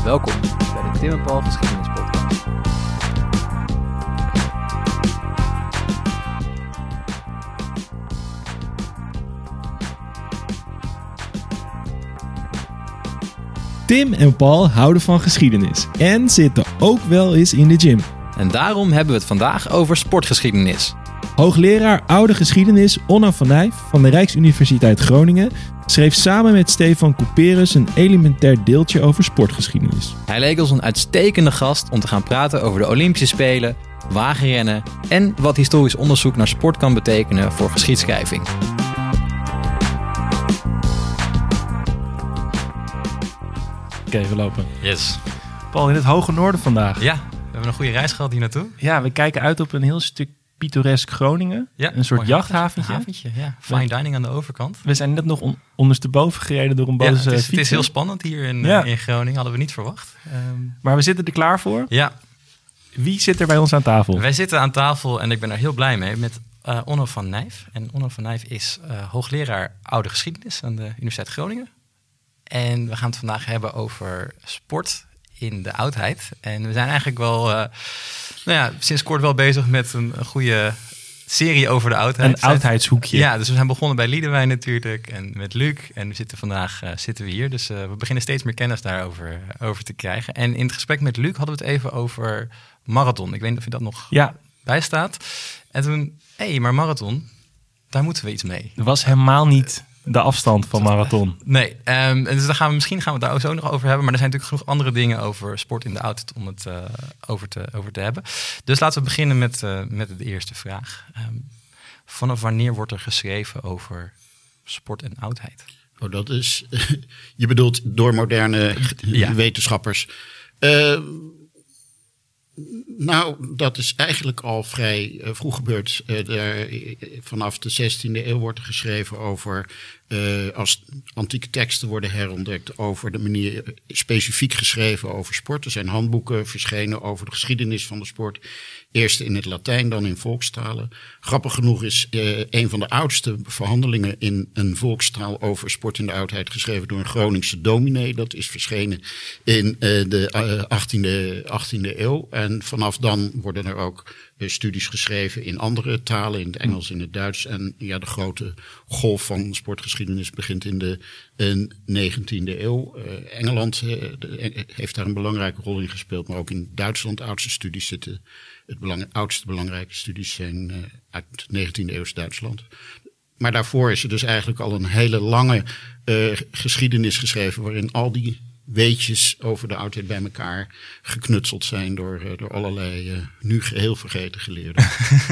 Welkom bij de Tim en Paul Geschiedenis Podcast. Tim en Paul houden van geschiedenis en zitten ook wel eens in de gym. En daarom hebben we het vandaag over sportgeschiedenis. Hoogleraar Oude Geschiedenis Onno van Nijf van de Rijksuniversiteit Groningen schreef samen met Stefan Couperus een elementair deeltje over sportgeschiedenis. Hij leek ons een uitstekende gast om te gaan praten over de Olympische Spelen, wagenrennen en wat historisch onderzoek naar sport kan betekenen voor geschiedschrijving. Oké, we lopen. Yes. Paul, in het hoge noorden vandaag. Ja, we hebben een goede reis gehad hier naartoe. Ja, we kijken uit op een heel stuk pittoresk Groningen. Ja, een soort mooi jachthaventje. Ja. Fine dining aan de overkant. We zijn net nog ondersteboven gereden door een boze fiets. Het is heel spannend hier in Groningen. Hadden we niet verwacht. Maar we zitten er klaar voor. Ja. Wie zit er bij ons aan tafel? Wij zitten aan tafel en ik ben er heel blij mee met Onno van Nijf. En Onno van Nijf is hoogleraar Oude Geschiedenis aan de Universiteit Groningen. En we gaan het vandaag hebben over sport in de oudheid. En we zijn eigenlijk wel sinds kort wel bezig met een goede serie over de oudheid. Een oudheidshoekje. Ja, dus we zijn begonnen bij Liedewijn natuurlijk en met Luc. En we zitten vandaag zitten we hier. Dus we beginnen steeds meer kennis daarover over te krijgen. En in het gesprek met Luc hadden we het even over marathon. Ik weet niet of je dat nog bijstaat. En toen, maar marathon, daar moeten we iets mee. Er was helemaal niet de afstand van marathon. Nee, dus misschien gaan we het daar zo nog over hebben. Maar er zijn natuurlijk genoeg andere dingen over sport in de oudheid om het over te hebben. Dus laten we beginnen met de eerste vraag. Vanaf wanneer wordt er geschreven over sport en oudheid? Oh, dat is, je bedoelt door moderne wetenschappers. Nou, dat is eigenlijk al vrij vroeg gebeurd. Vanaf de 16e eeuw wordt er geschreven over, als antieke teksten worden herontdekt, over de manier specifiek geschreven over sport. Er zijn handboeken verschenen over de geschiedenis van de sport. Eerst in het Latijn, dan in volkstalen. Grappig genoeg is een van de oudste verhandelingen in een volkstaal over sport in de oudheid geschreven door een Groningse dominee. Dat is verschenen in de 18e eeuw. En vanaf dan worden er ook studies geschreven in andere talen, in het Engels, in het Duits. En de grote golf van sportgeschiedenis begint in de 19e eeuw. Engeland heeft daar een belangrijke rol in gespeeld, maar ook in Duitsland oudste studies zitten. Oudste belangrijke studies zijn uit 19e eeuws Duitsland. Maar daarvoor is er dus eigenlijk al een hele lange geschiedenis geschreven, waarin al die weetjes over de oudheid bij elkaar geknutseld zijn door allerlei nu geheel vergeten geleerden.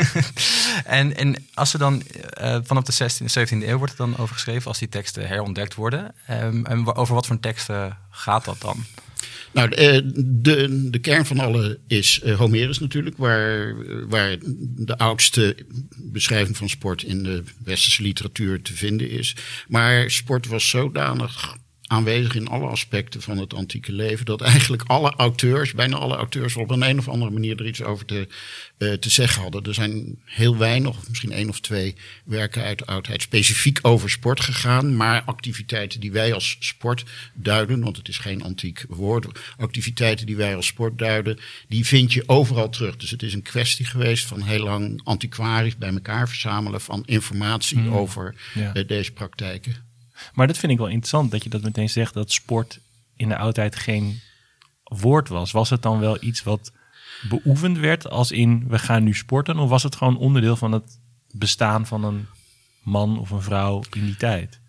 En als er dan vanaf de 16e en 17e eeuw wordt er dan over geschreven, als die teksten herontdekt worden. En over wat voor teksten gaat dat dan? Nou, de kern van alle is Homerus natuurlijk, waar de oudste beschrijving van sport in de westerse literatuur te vinden is. Maar sport was zodanig aanwezig in alle aspecten van het antieke leven, dat eigenlijk bijna alle auteurs op een of andere manier er iets over te zeggen hadden. Er zijn heel weinig, of misschien 1 of 2 werken uit de oudheid specifiek over sport gegaan, maar activiteiten die wij als sport duiden, want het is geen antiek woord, activiteiten die wij als sport duiden, die vind je overal terug. Dus het is een kwestie geweest van heel lang antiquarisch bij elkaar verzamelen van informatie over deze praktijken. Maar dat vind ik wel interessant dat je dat meteen zegt, dat sport in de oudheid geen woord was. Was het dan wel iets wat beoefend werd als in we gaan nu sporten? Of was het gewoon onderdeel van het bestaan van een man of een vrouw in die tijd?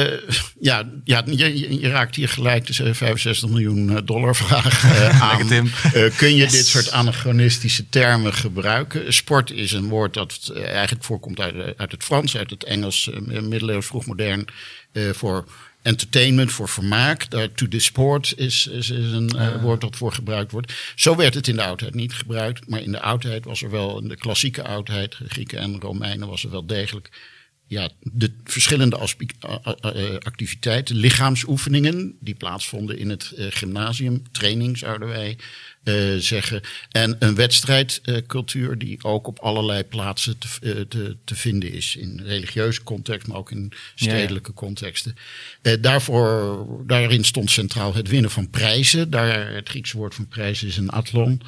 Je raakt hier gelijk de $65 miljoen vraag aan. Kun je dit soort anachronistische termen gebruiken? Sport is een woord dat eigenlijk voorkomt uit het Frans, uit het Engels, middeleeuws, vroegmodern, voor entertainment, voor vermaak. To disport is een woord dat voor gebruikt wordt. Zo werd het in de oudheid niet gebruikt, maar in de oudheid was er wel, in de klassieke oudheid, Grieken en Romeinen, was er wel degelijk de verschillende activiteiten, lichaamsoefeningen die plaatsvonden in het gymnasium, training zouden wij zeggen. En een wedstrijdcultuur die ook op allerlei plaatsen te vinden is. In religieuze context, maar ook in stedelijke contexten. Daarin stond centraal het winnen van prijzen. Het Griekse woord van prijzen is een athlon.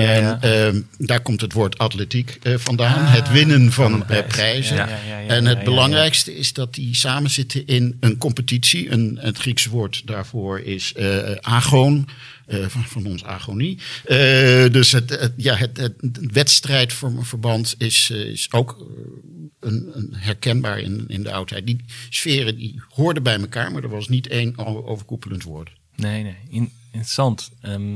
Daar komt het woord atletiek vandaan. Het winnen van prijzen. En het belangrijkste is dat die samenzitten in een competitie. Het Griekse woord daarvoor is agon. Van ons agonie. Dus het wedstrijdverband is ook een herkenbaar in de oudheid. Die sferen die hoorden bij elkaar, maar er was niet één overkoepelend woord. Nee, interessant.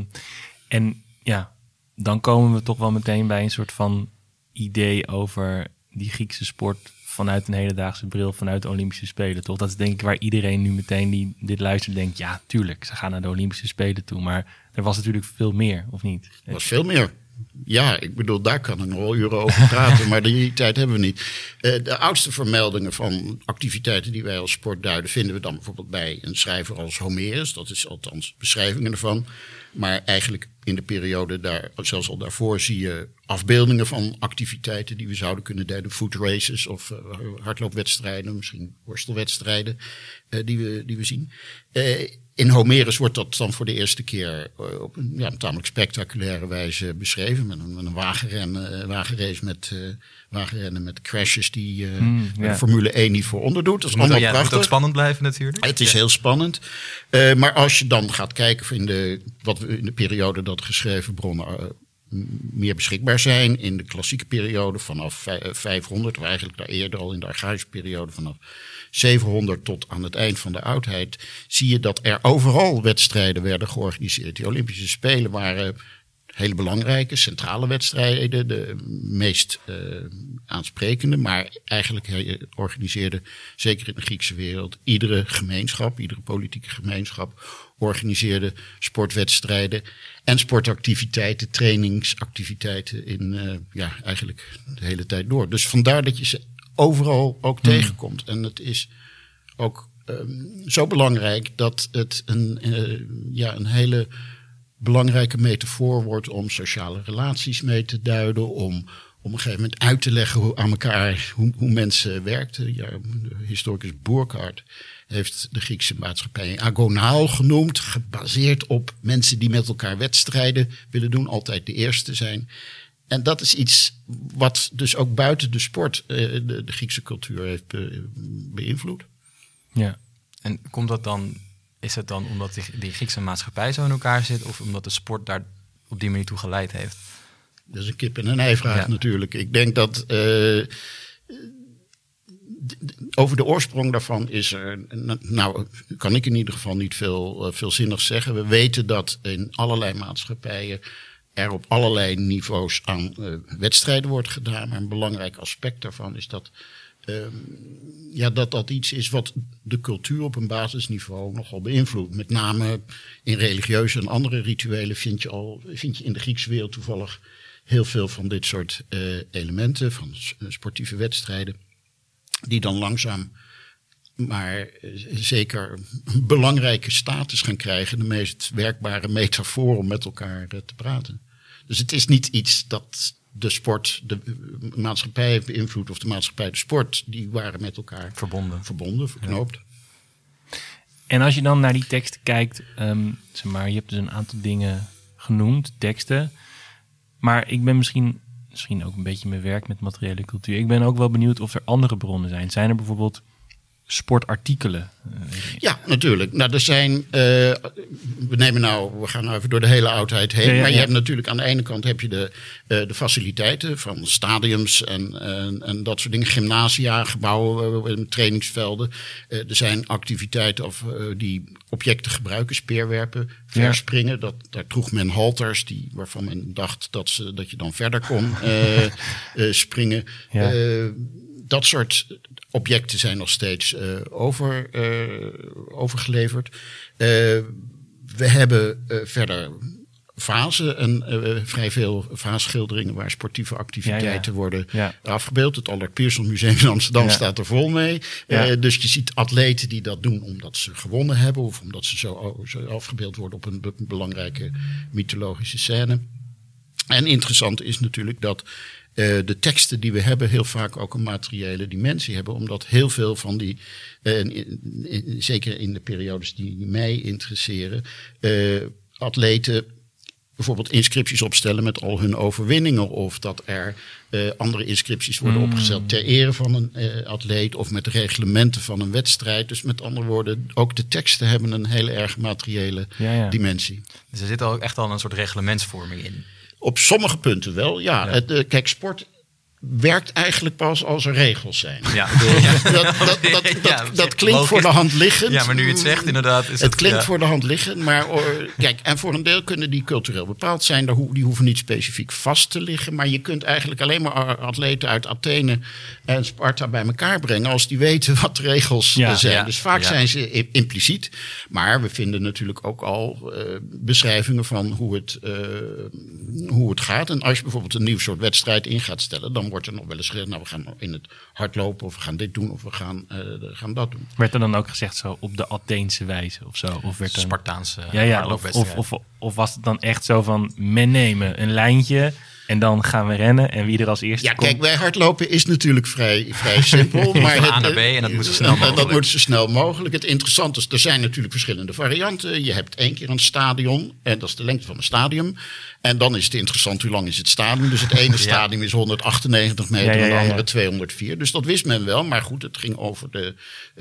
En ja, dan komen we toch wel meteen bij een soort van idee over die Griekse sport vanuit een hedendaagse bril, vanuit de Olympische Spelen, toch? Dat is denk ik waar iedereen nu meteen die dit luistert denkt, ja, tuurlijk, ze gaan naar de Olympische Spelen toe, maar er was natuurlijk veel meer, of niet? Er was veel meer. Ja, ik bedoel, daar kan ik nog wel uren over praten, maar die tijd hebben we niet. De oudste vermeldingen van activiteiten die wij als sport duiden, vinden we dan bijvoorbeeld bij een schrijver als Homerus. Dat is althans beschrijvingen ervan. Maar eigenlijk in de periode, zelfs al daarvoor, zie je afbeeldingen van activiteiten die we zouden kunnen duiden. Foot races of hardloopwedstrijden, misschien worstelwedstrijden die we zien. In Homerus wordt dat dan voor de eerste keer op een tamelijk spectaculaire wijze beschreven. Met een wagenrace met wagenrennen met crashes die de Formule 1 niet voor onderdoet. Dat is allemaal prachtig. Het moet ook spannend blijven natuurlijk. Het is heel spannend. Maar als je dan gaat kijken wat we in de periode dat geschreven bronnen meer beschikbaar zijn. In de klassieke periode vanaf 500, of eigenlijk daar eerder al in de archaïsche periode vanaf 700 tot aan het eind van de oudheid, zie je dat er overal wedstrijden werden georganiseerd. Die Olympische Spelen waren hele belangrijke, centrale wedstrijden, de meest aansprekende, maar eigenlijk organiseerde, zeker in de Griekse wereld, iedere politieke gemeenschap organiseerde sportwedstrijden en sportactiviteiten, trainingsactiviteiten eigenlijk de hele tijd door. Dus vandaar dat je ze overal ook tegenkomt. En het is ook zo belangrijk dat het een hele belangrijke metafoor wordt om sociale relaties mee te duiden, om op een gegeven moment uit te leggen hoe mensen werkten. Ja, de historicus Burckhardt heeft de Griekse maatschappij agonaal genoemd, gebaseerd op mensen die met elkaar wedstrijden willen doen, altijd de eerste zijn. En dat is iets wat dus ook buiten de sport de Griekse cultuur heeft beïnvloed. Ja. En is het dan omdat die Griekse maatschappij zo in elkaar zit, of omdat de sport daar op die manier toe geleid heeft? Dat is een kip en een ei vraag natuurlijk. Ik denk dat over de oorsprong daarvan kan ik in ieder geval niet veel zinnigs zeggen. We weten dat in allerlei maatschappijen er op allerlei niveaus aan wedstrijden wordt gedaan. Maar een belangrijk aspect daarvan is dat iets is wat de cultuur op een basisniveau nogal beïnvloedt. Met name in religieuze en andere rituelen vind je in de Griekse wereld toevallig heel veel van dit soort elementen, van sportieve wedstrijden, die dan langzaam maar zeker een belangrijke status gaan krijgen. De meest werkbare metafoor om met elkaar te praten. Dus het is niet iets dat de sport de maatschappij heeft beïnvloed of de maatschappij de sport. Die waren met elkaar verbonden, verknoopt. Ja. En als je dan naar die teksten kijkt, je hebt dus een aantal dingen genoemd, teksten. Maar ik ben misschien ook een beetje mijn werk met materiële cultuur. Ik ben ook wel benieuwd of er andere bronnen zijn. Zijn er bijvoorbeeld sportartikelen? Ja, natuurlijk. Nou, er zijn. We gaan nou even door de hele oudheid heen. Maar je hebt natuurlijk aan de ene kant heb je de faciliteiten van stadiums en dat soort dingen. Gymnasia, gebouwen, trainingsvelden. Er zijn activiteiten die objecten gebruiken, speerwerpen, verspringen. Daar droeg men halters waarvan men dacht dat je dan verder kon springen. Ja. Dat soort objecten zijn nog steeds overgeleverd. We hebben verder fase en vrij veel vaasschilderingen waar sportieve activiteiten worden afgebeeld. Het Allard Pierson Museum in Amsterdam staat er vol mee. Dus je ziet atleten die dat doen omdat ze gewonnen hebben of omdat ze zo afgebeeld worden op een belangrijke mythologische scène. En interessant is natuurlijk dat de teksten die we hebben heel vaak ook een materiële dimensie hebben. Omdat heel veel van die, zeker in de periodes die mij interesseren, atleten bijvoorbeeld inscripties opstellen met al hun overwinningen. Of dat er andere inscripties worden opgesteld ter ere van een atleet. Of met de reglementen van een wedstrijd. Dus met andere woorden, ook de teksten hebben een heel erg materiële dimensie. Dus er zit ook echt al een soort reglementsvorming in. Op sommige punten wel, ja. Kijk, sport werkt eigenlijk pas als er regels zijn. Ja. Dat klinkt voor de hand liggend. Ja, maar nu je het zegt, inderdaad. Het klinkt voor de hand liggend, maar kijk, en voor een deel kunnen die cultureel bepaald zijn. Die hoeven niet specifiek vast te liggen. Maar je kunt eigenlijk alleen maar atleten uit Athene en Sparta bij elkaar brengen als die weten wat de regels zijn. Ja, dus vaak zijn ze impliciet. Maar we vinden natuurlijk ook al beschrijvingen van hoe het gaat. En als je bijvoorbeeld een nieuw soort wedstrijd in gaat stellen, dan wordt er nog wel eens gezegd, nou, we gaan in het hardlopen of we gaan dit doen of we gaan dat doen. Werd er dan ook gezegd zo op de Atheense wijze of zo? Of werd Spartaanse hardloopwedstrijd. Of was het dan echt zo van, men nemen een lijntje en dan gaan we rennen en wie er als eerste komt? Kijk, bij hardlopen is natuurlijk vrij simpel. Maar van A naar B en dat moet zo snel mogelijk. Dat moet zo snel mogelijk. Het interessante is, er zijn natuurlijk verschillende varianten. Je hebt 1 keer een stadion en dat is de lengte van een stadium. En dan is het interessant, hoe lang is het stadium? Dus het ene stadium is 198 meter en de andere 204. Dus dat wist men wel. Maar goed, het ging over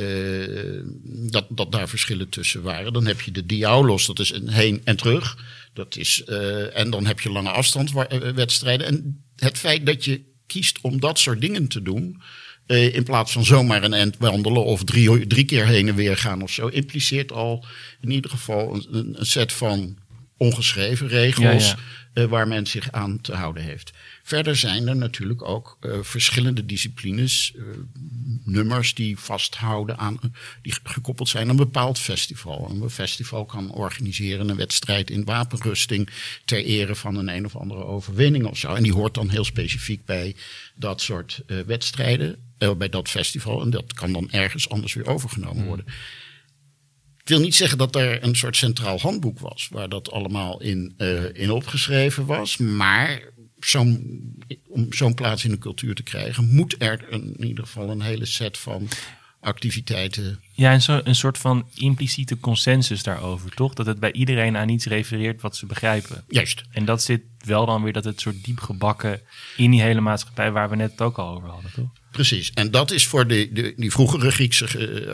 dat daar verschillen tussen waren. Dan heb je de diaulos, dat is een heen en terug. Dat is, en dan heb je lange afstandswedstrijden. En het feit dat je kiest om dat soort dingen te doen, in plaats van zomaar een end wandelen of drie keer heen en weer gaan of zo, impliceert al in ieder geval een set van ongeschreven regels waar men zich aan te houden heeft. Verder zijn er natuurlijk ook verschillende disciplines, nummers die vasthouden aan, die gekoppeld zijn aan een bepaald festival. Een festival kan organiseren een wedstrijd in wapenrusting ter ere van een of andere overwinning of zo. En die hoort dan heel specifiek bij dat soort wedstrijden, bij dat festival. En dat kan dan ergens anders weer overgenomen worden. Ik wil niet zeggen dat er een soort centraal handboek was waar dat allemaal in opgeschreven was, maar om zo'n plaats in de cultuur te krijgen, moet er in ieder geval een hele set van activiteiten. Ja, en een soort van impliciete consensus daarover, toch? Dat het bij iedereen aan iets refereert wat ze begrijpen. Juist. En dat zit wel dan weer dat het soort diep gebakken in die hele maatschappij waar we net het ook al over hadden, toch? Precies. En dat is voor die vroegere Griekse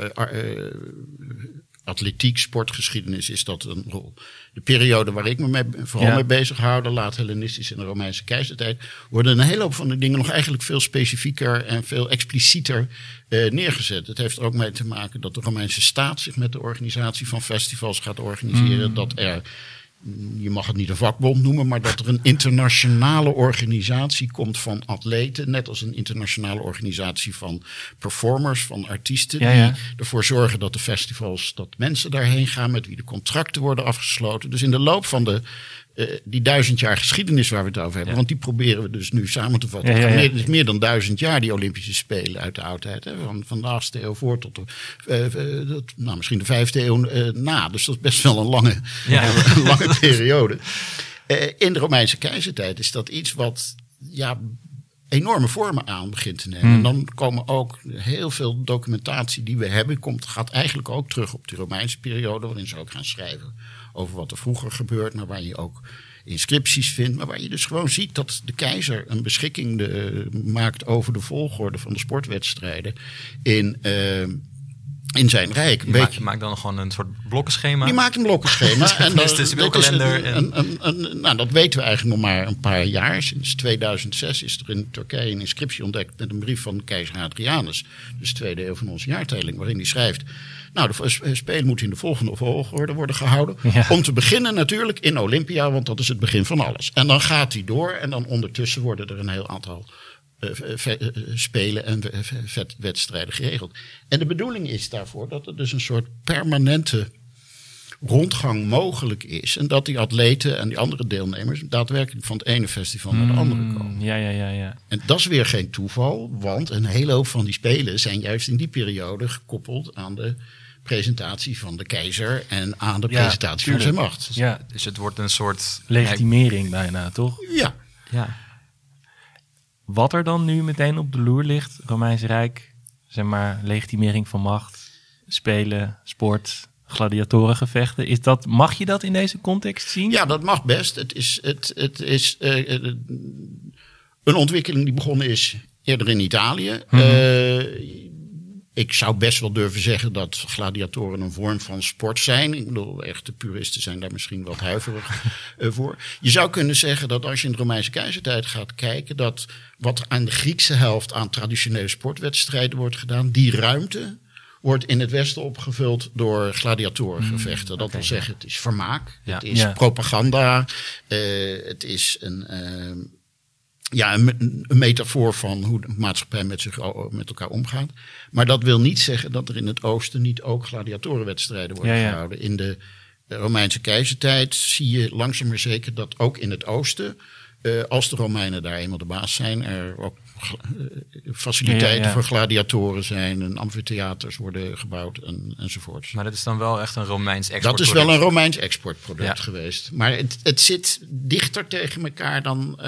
atletiek, sportgeschiedenis is dat een rol. De periode waar ik me vooral mee bezig hou, de laat-Hellenistische en de Romeinse keizertijd, worden een hele hoop van de dingen nog eigenlijk veel specifieker en veel explicieter neergezet. Het heeft er ook mee te maken dat de Romeinse staat zich met de organisatie van festivals gaat organiseren. Dat er, je mag het niet een vakbond noemen, maar dat er een internationale organisatie komt van atleten. Net als een internationale organisatie van performers, van artiesten. Die ervoor zorgen dat de festivals, dat mensen daarheen gaan, met wie de contracten worden afgesloten. Dus in de loop van die 1000 jaar geschiedenis waar we het over hebben. Want die proberen we dus nu samen te vatten. Het is meer dan 1000 jaar die Olympische Spelen uit de oudheid. Hè? Van de 8e eeuw voor tot misschien de 5e eeuw na. Dus dat is best wel een lange periode. In de Romeinse keizertijd is dat iets wat enorme vormen aan begint te nemen. En dan komen ook heel veel documentatie die we hebben, gaat eigenlijk ook terug op de Romeinse periode, waarin ze ook gaan schrijven over wat er vroeger gebeurt, maar waar je ook inscripties vindt, maar waar je dus gewoon ziet dat de keizer een beschikking maakt over de volgorde van de sportwedstrijden in zijn rijk. Die maakt dan gewoon een soort blokkenschema. Die maakt een blokkenschema. En kalender. Dat weten we eigenlijk nog maar een paar jaar. Sinds 2006 is er in Turkije een inscriptie ontdekt met een brief van keizer Hadrianus. Dus de 2e eeuw van onze jaartelling, waarin hij schrijft: nou, de Spelen moeten in de volgende volgorde worden gehouden. Ja. Om te beginnen natuurlijk in Olympia, want dat is het begin van alles. En dan gaat hij door en dan ondertussen worden er een heel aantal spelen en wedstrijden geregeld. En de bedoeling is daarvoor dat er dus een soort permanente rondgang mogelijk is. En dat die atleten en die andere deelnemers daadwerkelijk van het ene festival naar de andere komen. Ja. En dat is weer geen toeval, want een hele hoop van die spelen zijn juist in die periode gekoppeld aan de presentatie van de keizer en aan de presentatie van zijn macht. Ja, Dus het wordt een soort legitimering bijna, toch? Ja. Wat er dan nu meteen op de loer ligt, Romeins Rijk, zeg maar, legitimering van macht, spelen, sport, gladiatorengevechten. Mag je dat in deze context zien? Ja, dat mag best. Het is een ontwikkeling die begonnen is eerder in Italië. Ik zou best wel durven zeggen dat gladiatoren een vorm van sport zijn. Ik bedoel, echte puristen zijn daar misschien wat huiverig voor. Je zou kunnen zeggen dat als je in de Romeinse keizertijd gaat kijken, dat wat aan de Griekse helft aan traditionele sportwedstrijden wordt gedaan, die ruimte wordt in het Westen opgevuld door gladiatorengevechten. Dat wil zeggen, het is vermaak, het is propaganda, het is een metafoor van hoe de maatschappij met elkaar omgaat. Maar dat wil niet zeggen dat er in het oosten niet ook gladiatorenwedstrijden worden gehouden. In de Romeinse keizertijd zie je langzaam maar zeker dat ook in het oosten, als de Romeinen daar eenmaal de baas zijn, er ook faciliteiten voor gladiatoren zijn en amfitheaters worden gebouwd enzovoort. Maar dat is dan wel echt een Romeins exportproduct. Dat is wel een Romeins exportproduct geweest. Maar het zit dichter tegen elkaar dan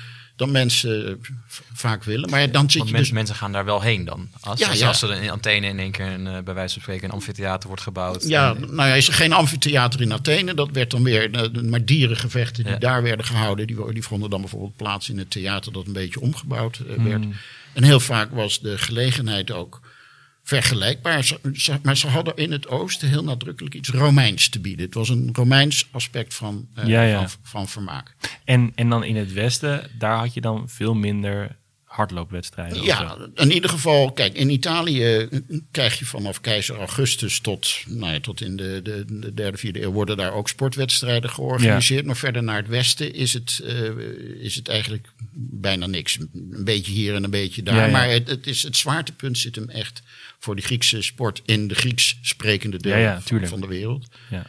mensen vaak willen. Maar dan zit want mensen gaan daar wel heen dan. Als er in Athene in één keer bij wijze van spreken een amfitheater wordt gebouwd. Ja, is er geen amfitheater in Athene. Dat werd dan weer, maar dierengevechten die daar werden gehouden, die vonden dan bijvoorbeeld plaats in het theater dat een beetje omgebouwd werd. En heel vaak was de gelegenheid ook vergelijkbaar. Maar ze hadden in het oosten heel nadrukkelijk iets Romeins te bieden. Het was een Romeins aspect van vermaak. En dan in het westen, daar had je dan veel minder hardloopwedstrijden. Ja, in ieder geval, kijk, in Italië krijg je vanaf keizer Augustus tot in de derde, vierde eeuw worden daar ook sportwedstrijden georganiseerd. Maar verder naar het westen is het eigenlijk bijna niks. Een beetje hier en een beetje daar. Maar het zwaartepunt zit hem echt voor de Griekse sport in de Grieks sprekende deel van de wereld. Ja.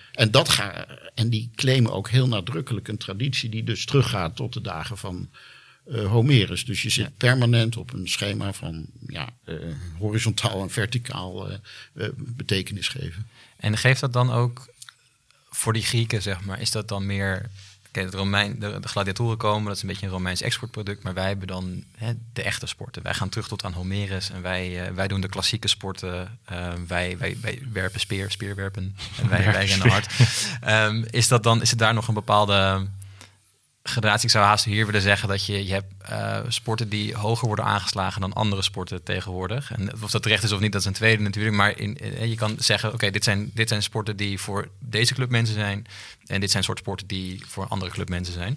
En die claimen ook heel nadrukkelijk een traditie die dus teruggaat tot de dagen van Homerus. Dus je zit permanent op een schema van horizontaal en verticaal betekenis geven. En geeft dat dan ook voor die Grieken, zeg maar, is dat dan meer... Kijk, de gladiatoren komen, dat is een beetje een Romeins exportproduct, maar wij hebben dan de echte sporten. Wij gaan terug tot aan Homerus en wij doen de klassieke sporten. Wij werpen speerwerpen en wij rennen hard. Is het daar nog een bepaalde gradatie? Ik zou haast hier willen zeggen dat je hebt sporten die hoger worden aangeslagen dan andere sporten tegenwoordig. En of dat terecht is of niet, dat is een tweede natuurlijk. Maar je kan zeggen, oké, dit zijn sporten die voor deze club mensen zijn. En dit zijn soort sporten die voor andere club mensen zijn.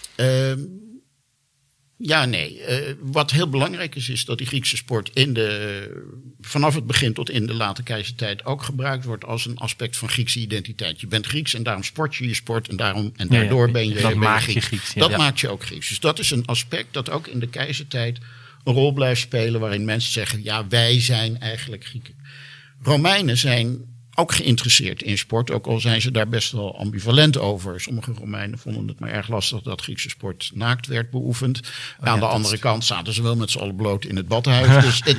Wat heel belangrijk is dat die Griekse sport vanaf het begin tot in de late keizertijd ook gebruikt wordt als een aspect van Griekse identiteit. Je bent Grieks en daarom sport je sport en daardoor ben je Grieks. Dat maakt je ook Grieks. Dus dat is een aspect dat ook in de keizertijd een rol blijft spelen waarin mensen zeggen, wij zijn eigenlijk Grieken. Romeinen zijn ook geïnteresseerd in sport, ook al zijn ze daar best wel ambivalent over. Sommige Romeinen vonden het maar erg lastig dat Griekse sport naakt werd beoefend. Aan de andere kant zaten ze wel met z'n allen bloot in het badhuis. Dus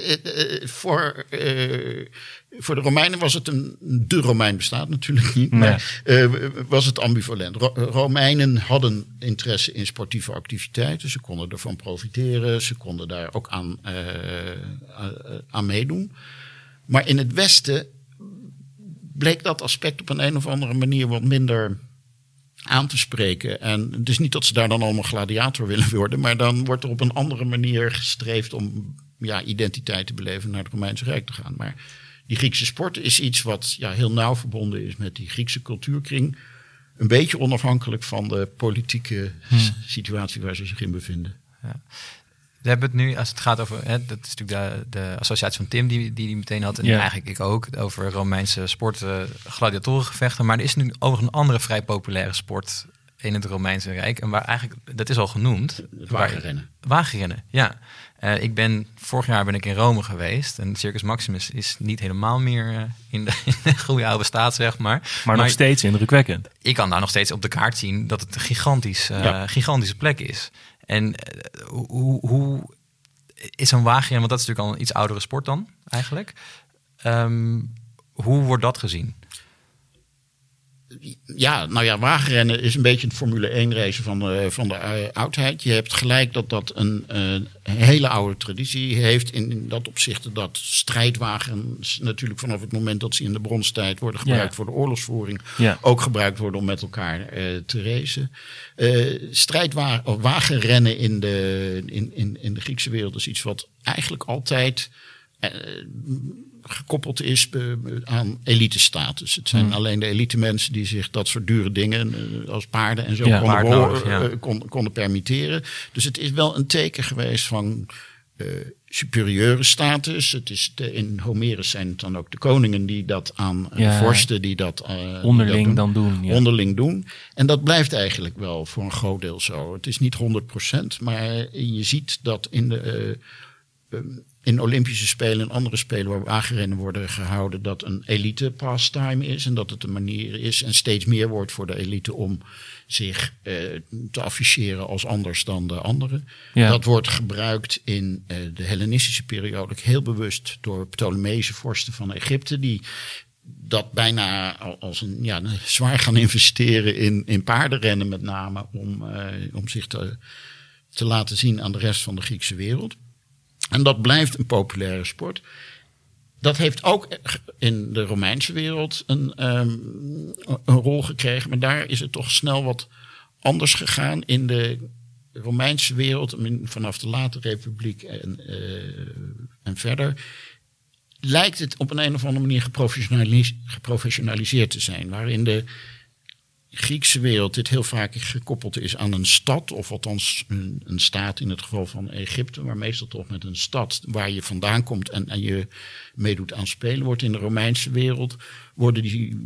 voor de Romeinen was het de Romein bestaat natuurlijk niet, maar was het ambivalent. Romeinen hadden interesse in sportieve activiteiten. Ze konden ervan profiteren. Ze konden daar ook aan meedoen. Maar in het Westen bleek dat aspect op een of andere manier wat minder aan te spreken. En het is niet dat ze daar dan allemaal gladiator willen worden, maar dan wordt er op een andere manier gestreefd om identiteit te beleven naar het Romeinse Rijk te gaan. Maar die Griekse sport is iets wat heel nauw verbonden is met die Griekse cultuurkring. Een beetje onafhankelijk van de politieke situatie waar ze zich in bevinden. Ja. We hebben het nu, als het gaat over, dat is natuurlijk de associatie van Tim die meteen had. En eigenlijk ik ook, over Romeinse sporten, gladiatorengevechten. Maar er is nu ook een andere vrij populaire sport in het Romeinse Rijk. En waar eigenlijk, dat is al genoemd. Het wagenrennen. Wagenrennen, ja. Vorig jaar ben ik in Rome geweest. En Circus Maximus is niet helemaal meer in de goede oude staat, zeg maar. Maar nog steeds indrukwekkend. Ik kan daar nog steeds op de kaart zien dat het een gigantische plek is. En hoe is een wagenrennen, want dat is natuurlijk al een iets oudere sport dan eigenlijk. Hoe wordt dat gezien? Ja, nou ja, wagenrennen is een beetje het Formule 1 race van de oudheid. Je hebt gelijk dat een hele oude traditie heeft in dat opzicht. Dat strijdwagens natuurlijk vanaf het moment dat ze in de bronstijd worden gebruikt voor de oorlogsvoering, ook gebruikt worden om met elkaar te racen. Wagenrennen in de Griekse wereld is iets wat eigenlijk altijd gekoppeld is aan elitestatus. Het zijn alleen de elite mensen die zich dat soort dure dingen als paarden en zo konden permitteren. Dus het is wel een teken geweest van superieure status. Het is in Homerus zijn het dan ook de koningen die dat aan vorsten die dat onderling dan doen. Ja. Onderling doen. En dat blijft eigenlijk wel voor een groot deel zo. Het is niet 100%, maar je ziet dat in Olympische Spelen en andere spelen waar wagenrennen worden gehouden, dat een elite pastime is en dat het een manier is en steeds meer wordt voor de elite om zich te afficheren als anders dan de anderen. Ja. Dat wordt gebruikt in de Hellenistische periode heel bewust door Ptolemeïsche vorsten van Egypte, die dat bijna als een zwaar gaan investeren in paardenrennen met name om zich te laten zien aan de rest van de Griekse wereld. En dat blijft een populaire sport. Dat heeft ook in de Romeinse wereld een rol gekregen. Maar daar is het toch snel wat anders gegaan. In de Romeinse wereld, vanaf de late republiek en verder, lijkt het op een of andere manier geprofessionaliseerd te zijn. Waarin de Griekse wereld dit heel vaak gekoppeld is aan een stad, of althans een staat in het geval van Egypte, maar meestal toch met een stad waar je vandaan komt en je meedoet aan spelen. Wordt in de Romeinse wereld worden die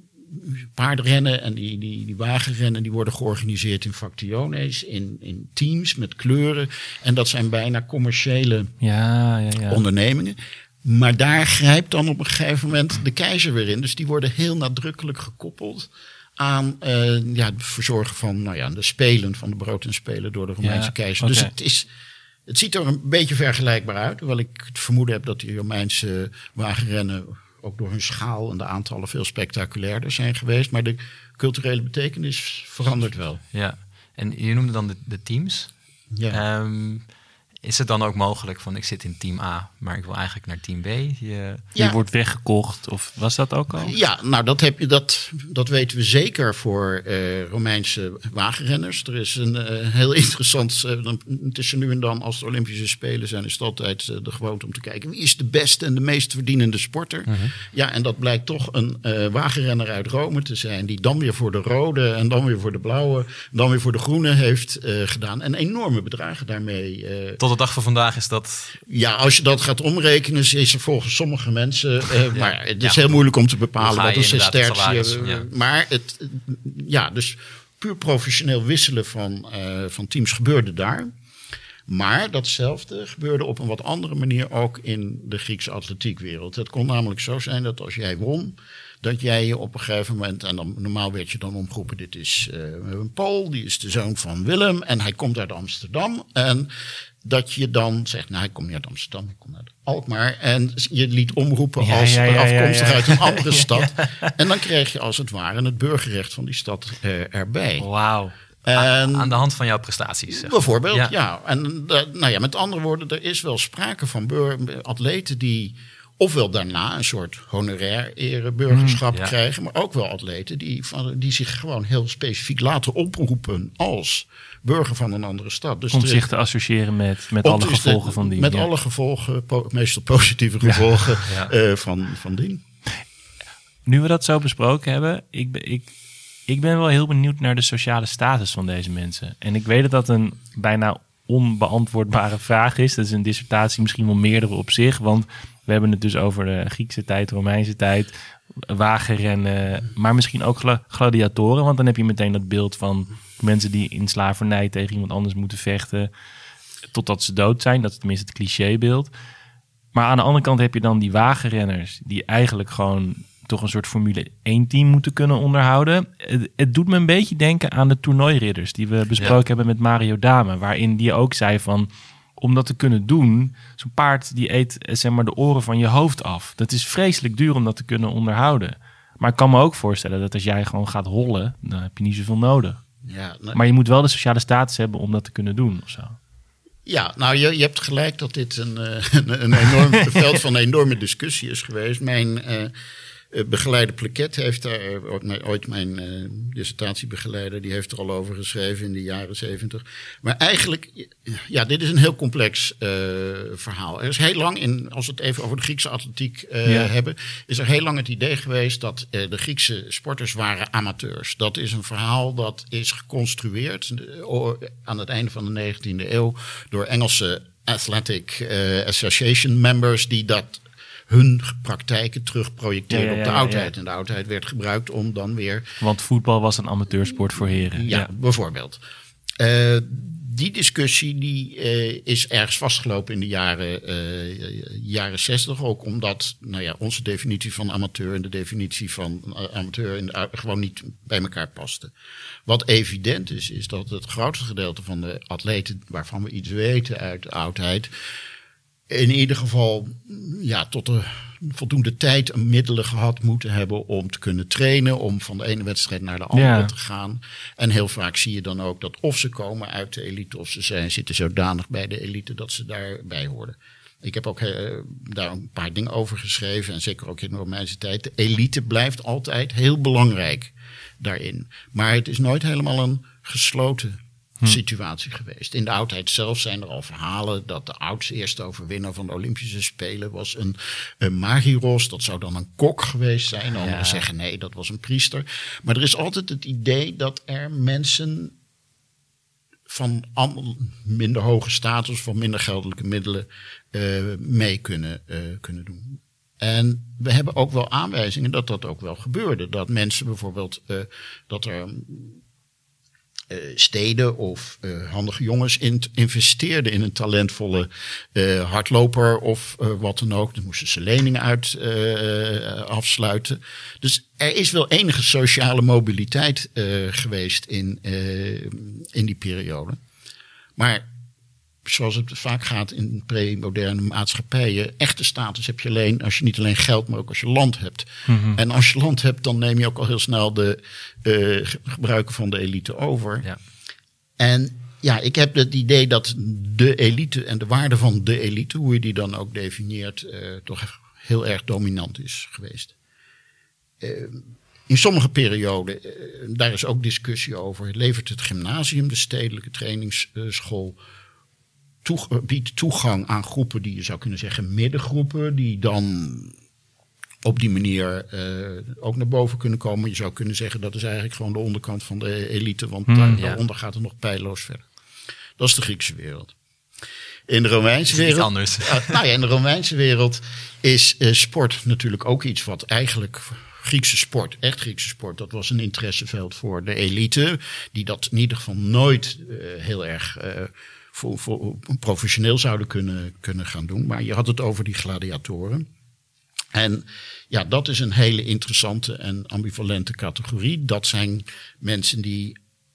paardrennen en die wagenrennen die worden georganiseerd in factiones, in teams met kleuren. En dat zijn bijna commerciële ondernemingen. Maar daar grijpt dan op een gegeven moment de keizer weer in. Dus die worden heel nadrukkelijk gekoppeld aan het verzorgen van de spelen, van de brood en spelen door de Romeinse keizer. Okay. Dus het ziet er een beetje vergelijkbaar uit. Hoewel ik het vermoeden heb dat die Romeinse wagenrennen ook door hun schaal en de aantallen veel spectaculairder zijn geweest. Maar de culturele betekenis verandert wel. Ja, en je noemde dan de teams. Ja. Is het dan ook mogelijk van ik zit in team A, maar ik wil eigenlijk naar team B? Je wordt weggekocht, of was dat ook al? Ja, nou dat weten we zeker voor Romeinse wagenrenners. Er is een heel interessant, het is er nu en dan als de Olympische Spelen zijn, is het altijd de gewoonte om te kijken wie is de beste en de meest verdienende sporter. Uh-huh. Ja, en dat blijkt toch een wagenrenner uit Rome te zijn, die dan weer voor de rode en dan weer voor de blauwe, dan weer voor de groene heeft gedaan. En enorme bedragen daarmee. Tot de dag van vandaag is dat. Ja, als je dat gaat omrekenen, is er volgens sommige mensen. Maar het is heel moeilijk om te bepalen wat een sestertie. Maar dus puur professioneel wisselen van teams gebeurde daar. Maar datzelfde gebeurde op een wat andere manier ook in de Griekse atletiekwereld. Het kon namelijk zo zijn dat als jij won, dat jij je op een gegeven moment, en dan normaal werd je dan omgeroepen, dit is een Pool, die is de zoon van Willem en hij komt uit Amsterdam. En dat je dan zegt, hij komt niet uit Amsterdam, hij komt uit Alkmaar. En je liet omroepen als afkomstig uit een andere stad. En dan kreeg je als het ware het burgerrecht van die stad erbij. Wauw. Aan de hand van jouw prestaties. Bijvoorbeeld, En met andere woorden, er is wel sprake van atleten die ofwel daarna een soort honorair ereburgerschap krijgen, maar ook wel atleten die zich gewoon heel specifiek laten oproepen als burger van een andere stad. Dus om zich te associëren met alle gevolgen van dien. Met alle gevolgen, meestal positieve gevolgen van dien. Nu we dat zo besproken hebben, ik ben wel heel benieuwd naar de sociale status van deze mensen. En ik weet dat een bijna onbeantwoordbare vraag is. Dat is een dissertatie misschien wel meerdere op zich, want we hebben het dus over de Griekse tijd, Romeinse tijd. wagenrennen, maar misschien ook gladiatoren. Want dan heb je meteen dat beeld van mensen die in slavernij tegen iemand anders moeten vechten totdat ze dood zijn. Dat is tenminste het clichébeeld. Maar aan de andere kant heb je dan die wagenrenners die eigenlijk gewoon toch een soort Formule 1-team moeten kunnen onderhouden. Het doet me een beetje denken aan de toernooiridders die we besproken hebben met Mario Dame, waarin die ook zei van, om dat te kunnen doen, zo'n paard die eet zeg maar de oren van je hoofd af. Dat is vreselijk duur om dat te kunnen onderhouden. Maar ik kan me ook voorstellen dat als jij gewoon gaat hollen, dan heb je niet zoveel nodig. Ja, Maar je moet wel de sociale status hebben om dat te kunnen doen of zo. Ja, nou, je hebt gelijk dat dit een enorm veld van enorme discussie is geweest. Mijn begeleider Plequet heeft daar, ooit mijn dissertatiebegeleider, die heeft er al over geschreven in de jaren 70. Maar eigenlijk, ja, dit is een heel complex verhaal. Er is heel lang, als we het even over de Griekse atletiek hebben, is er heel lang het idee geweest dat de Griekse sporters waren amateurs. Dat is een verhaal dat is geconstrueerd aan het einde van de 19e eeuw door Engelse Athletic Association members die dat hun praktijken terugprojecteerden op de oudheid. En de oudheid werd gebruikt om dan weer... Want voetbal was een amateursport voor heren. Ja, bijvoorbeeld. Die discussie is ergens vastgelopen in de jaren 60. Ook omdat onze definitie van amateur en de definitie van amateur gewoon niet bij elkaar pasten. Wat evident is dat het grootste gedeelte van de atleten waarvan we iets weten uit de oudheid in ieder geval tot de voldoende tijd en middelen gehad moeten hebben om te kunnen trainen, om van de ene wedstrijd naar de andere te gaan. En heel vaak zie je dan ook dat of ze komen uit de elite of ze zitten zodanig bij de elite dat ze daarbij horen. Ik heb ook daar een paar dingen over geschreven en zeker ook in de Romeinse tijd. De elite blijft altijd heel belangrijk daarin. Maar het is nooit helemaal een gesloten situatie geweest. In de oudheid zelf zijn er al verhalen dat de oudste eerste overwinnaar van de Olympische Spelen was een Magiros. Dat zou dan een kok geweest zijn. Anderen zeggen nee, dat was een priester. Maar er is altijd het idee dat er mensen van minder hoge status, van minder geldelijke middelen mee kunnen doen. En we hebben ook wel aanwijzingen dat dat ook wel gebeurde. Dat mensen bijvoorbeeld, dat er steden of handige jongens investeerden in een talentvolle hardloper of wat dan ook. Dan moesten ze leningen afsluiten. Dus er is wel enige sociale mobiliteit geweest in die periode. Maar zoals het vaak gaat in pre-moderne maatschappijen, echte status heb je alleen als je niet alleen geld, maar ook als je land hebt. Mm-hmm. En als je land hebt, dan neem je ook al heel snel de gebruiken van de elite over. Ja. En ja, ik heb het idee dat de elite en de waarde van de elite, hoe je die dan ook definieert, toch heel erg dominant is geweest. In sommige perioden, daar is ook discussie over, levert het gymnasium, de stedelijke trainingsschool, biedt toegang aan groepen die je zou kunnen zeggen middengroepen, die dan op die manier ook naar boven kunnen komen. Je zou kunnen zeggen dat is eigenlijk gewoon de onderkant van de elite, want daaronder gaat het nog peilloos verder. Dat is de Griekse wereld. In de Romeinse wereld, anders. In de Romeinse wereld is sport natuurlijk ook iets wat eigenlijk Griekse sport, echt Griekse sport, dat was een interesseveld voor de elite, die dat in ieder geval nooit heel erg voor professioneel zouden kunnen gaan doen. Maar je had het over die gladiatoren. En ja, dat is een hele interessante en ambivalente categorie. Dat zijn mensen die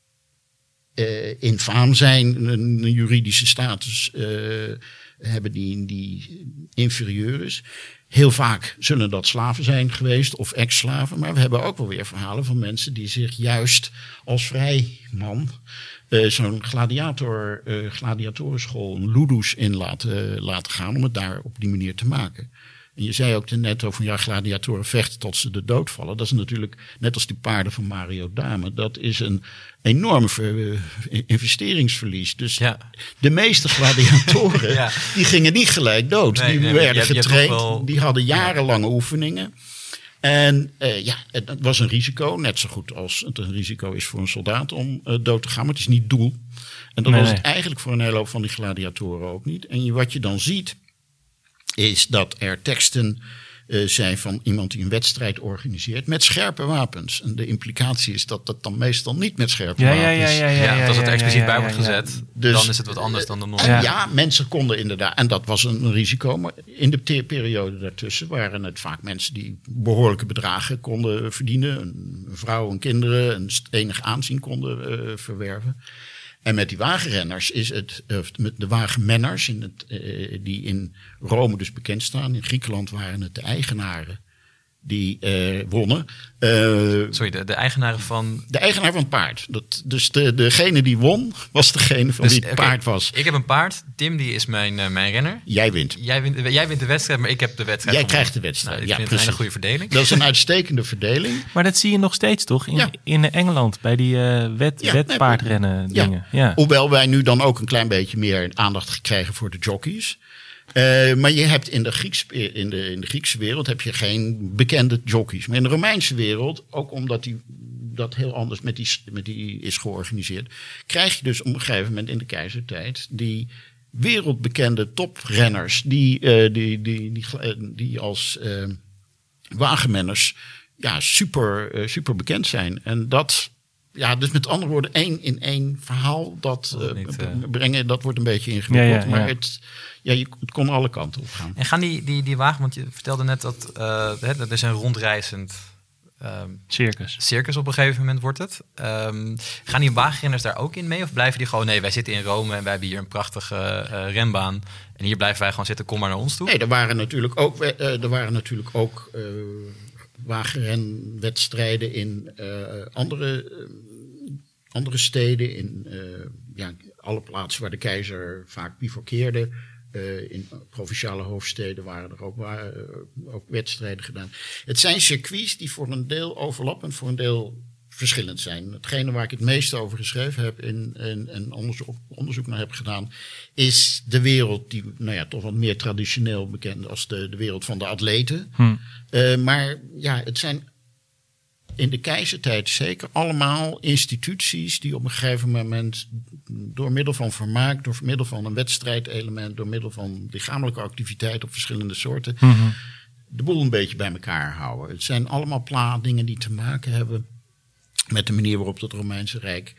infaam zijn, een juridische status hebben die inferieur is. Heel vaak zullen dat slaven zijn geweest of ex-slaven. Maar we hebben ook wel weer verhalen van mensen die zich juist als vrijman zo'n gladiatorenschool, een ludus in laten gaan om het daar op die manier te maken. En je zei ook net over gladiatoren vechten tot ze de dood vallen. Dat is natuurlijk, net als die paarden van Mario Dame, dat is een enorme investeringsverlies. Dus de meeste gladiatoren, die gingen niet gelijk dood. Die werden getraind, die hadden jarenlange oefeningen. En het was een risico, net zo goed als het een risico is voor een soldaat om dood te gaan. Maar het is niet doel. En dat was het eigenlijk voor een hele hoop van die gladiatoren ook niet. En wat je dan ziet, is dat er teksten zijn van iemand die een wedstrijd organiseert met scherpe wapens. En de implicatie is dat dat dan meestal niet met scherpe wapens. Ja, als het er expliciet bij wordt gezet, Dus, dan is het wat anders dan de norm. En ja, mensen konden inderdaad, en dat was een risico, maar in de periode daartussen waren het vaak mensen die behoorlijke bedragen konden verdienen. Een vrouw en kinderen, een enig aanzien konden verwerven. En met die wagenrenners is het, met de wagenmenners die in Rome dus bekend staan. In Griekenland waren het de eigenaren die wonnen. Sorry, de eigenaren van... De eigenaar van het paard. Dus degene die won, was degene van wie het paard was. Ik heb een paard. Tim, die is mijn renner. Jij wint. Jij wint de wedstrijd, maar ik heb de wedstrijd Jij krijgt de wedstrijd. Nou, ik vind het een hele goede verdeling. Dat is een uitstekende verdeling. Maar dat zie je nog steeds, toch? In Engeland, bij die wetpaardrennen dingen. Ja. Hoewel wij nu dan ook een klein beetje meer aandacht krijgen voor de jockeys. Maar je hebt in de Griekse wereld heb je geen bekende jockeys. Maar in de Romeinse wereld, ook omdat dat heel anders met die is georganiseerd, krijg je dus op een gegeven moment in de keizertijd die wereldbekende toprenners die als wagenmenners super bekend zijn. En dat, dus met andere woorden, één in één verhaal brengen, dat wordt een beetje ingewikkeld. Maar het kon alle kanten op gaan. En gaan die wagen, want je vertelde net dat dat is een rondreizend circus op een gegeven moment wordt het. Gaan die wagenrenners daar ook in mee? Of blijven die gewoon, nee, wij zitten in Rome en wij hebben hier een prachtige renbaan. En hier blijven wij gewoon zitten, kom maar naar ons toe. Nee, er waren natuurlijk ook wagenrenwedstrijden in andere steden. In alle plaatsen waar de keizer vaak bivakkeerde. In provinciale hoofdsteden waren er ook wedstrijden gedaan. Het zijn circuits die voor een deel overlappend, voor een deel verschillend zijn. Hetgene waar ik het meest over geschreven heb en onderzoek naar heb gedaan, is de wereld die toch wat meer traditioneel bekend als de wereld van de atleten. Maar het zijn in de keizertijd zeker allemaal instituties die op een gegeven moment door middel van vermaak, door middel van een wedstrijdelement, door middel van lichamelijke activiteit op verschillende soorten, de boel een beetje bij elkaar houden. Het zijn allemaal dingen die te maken hebben met de manier waarop het Romeinse Rijk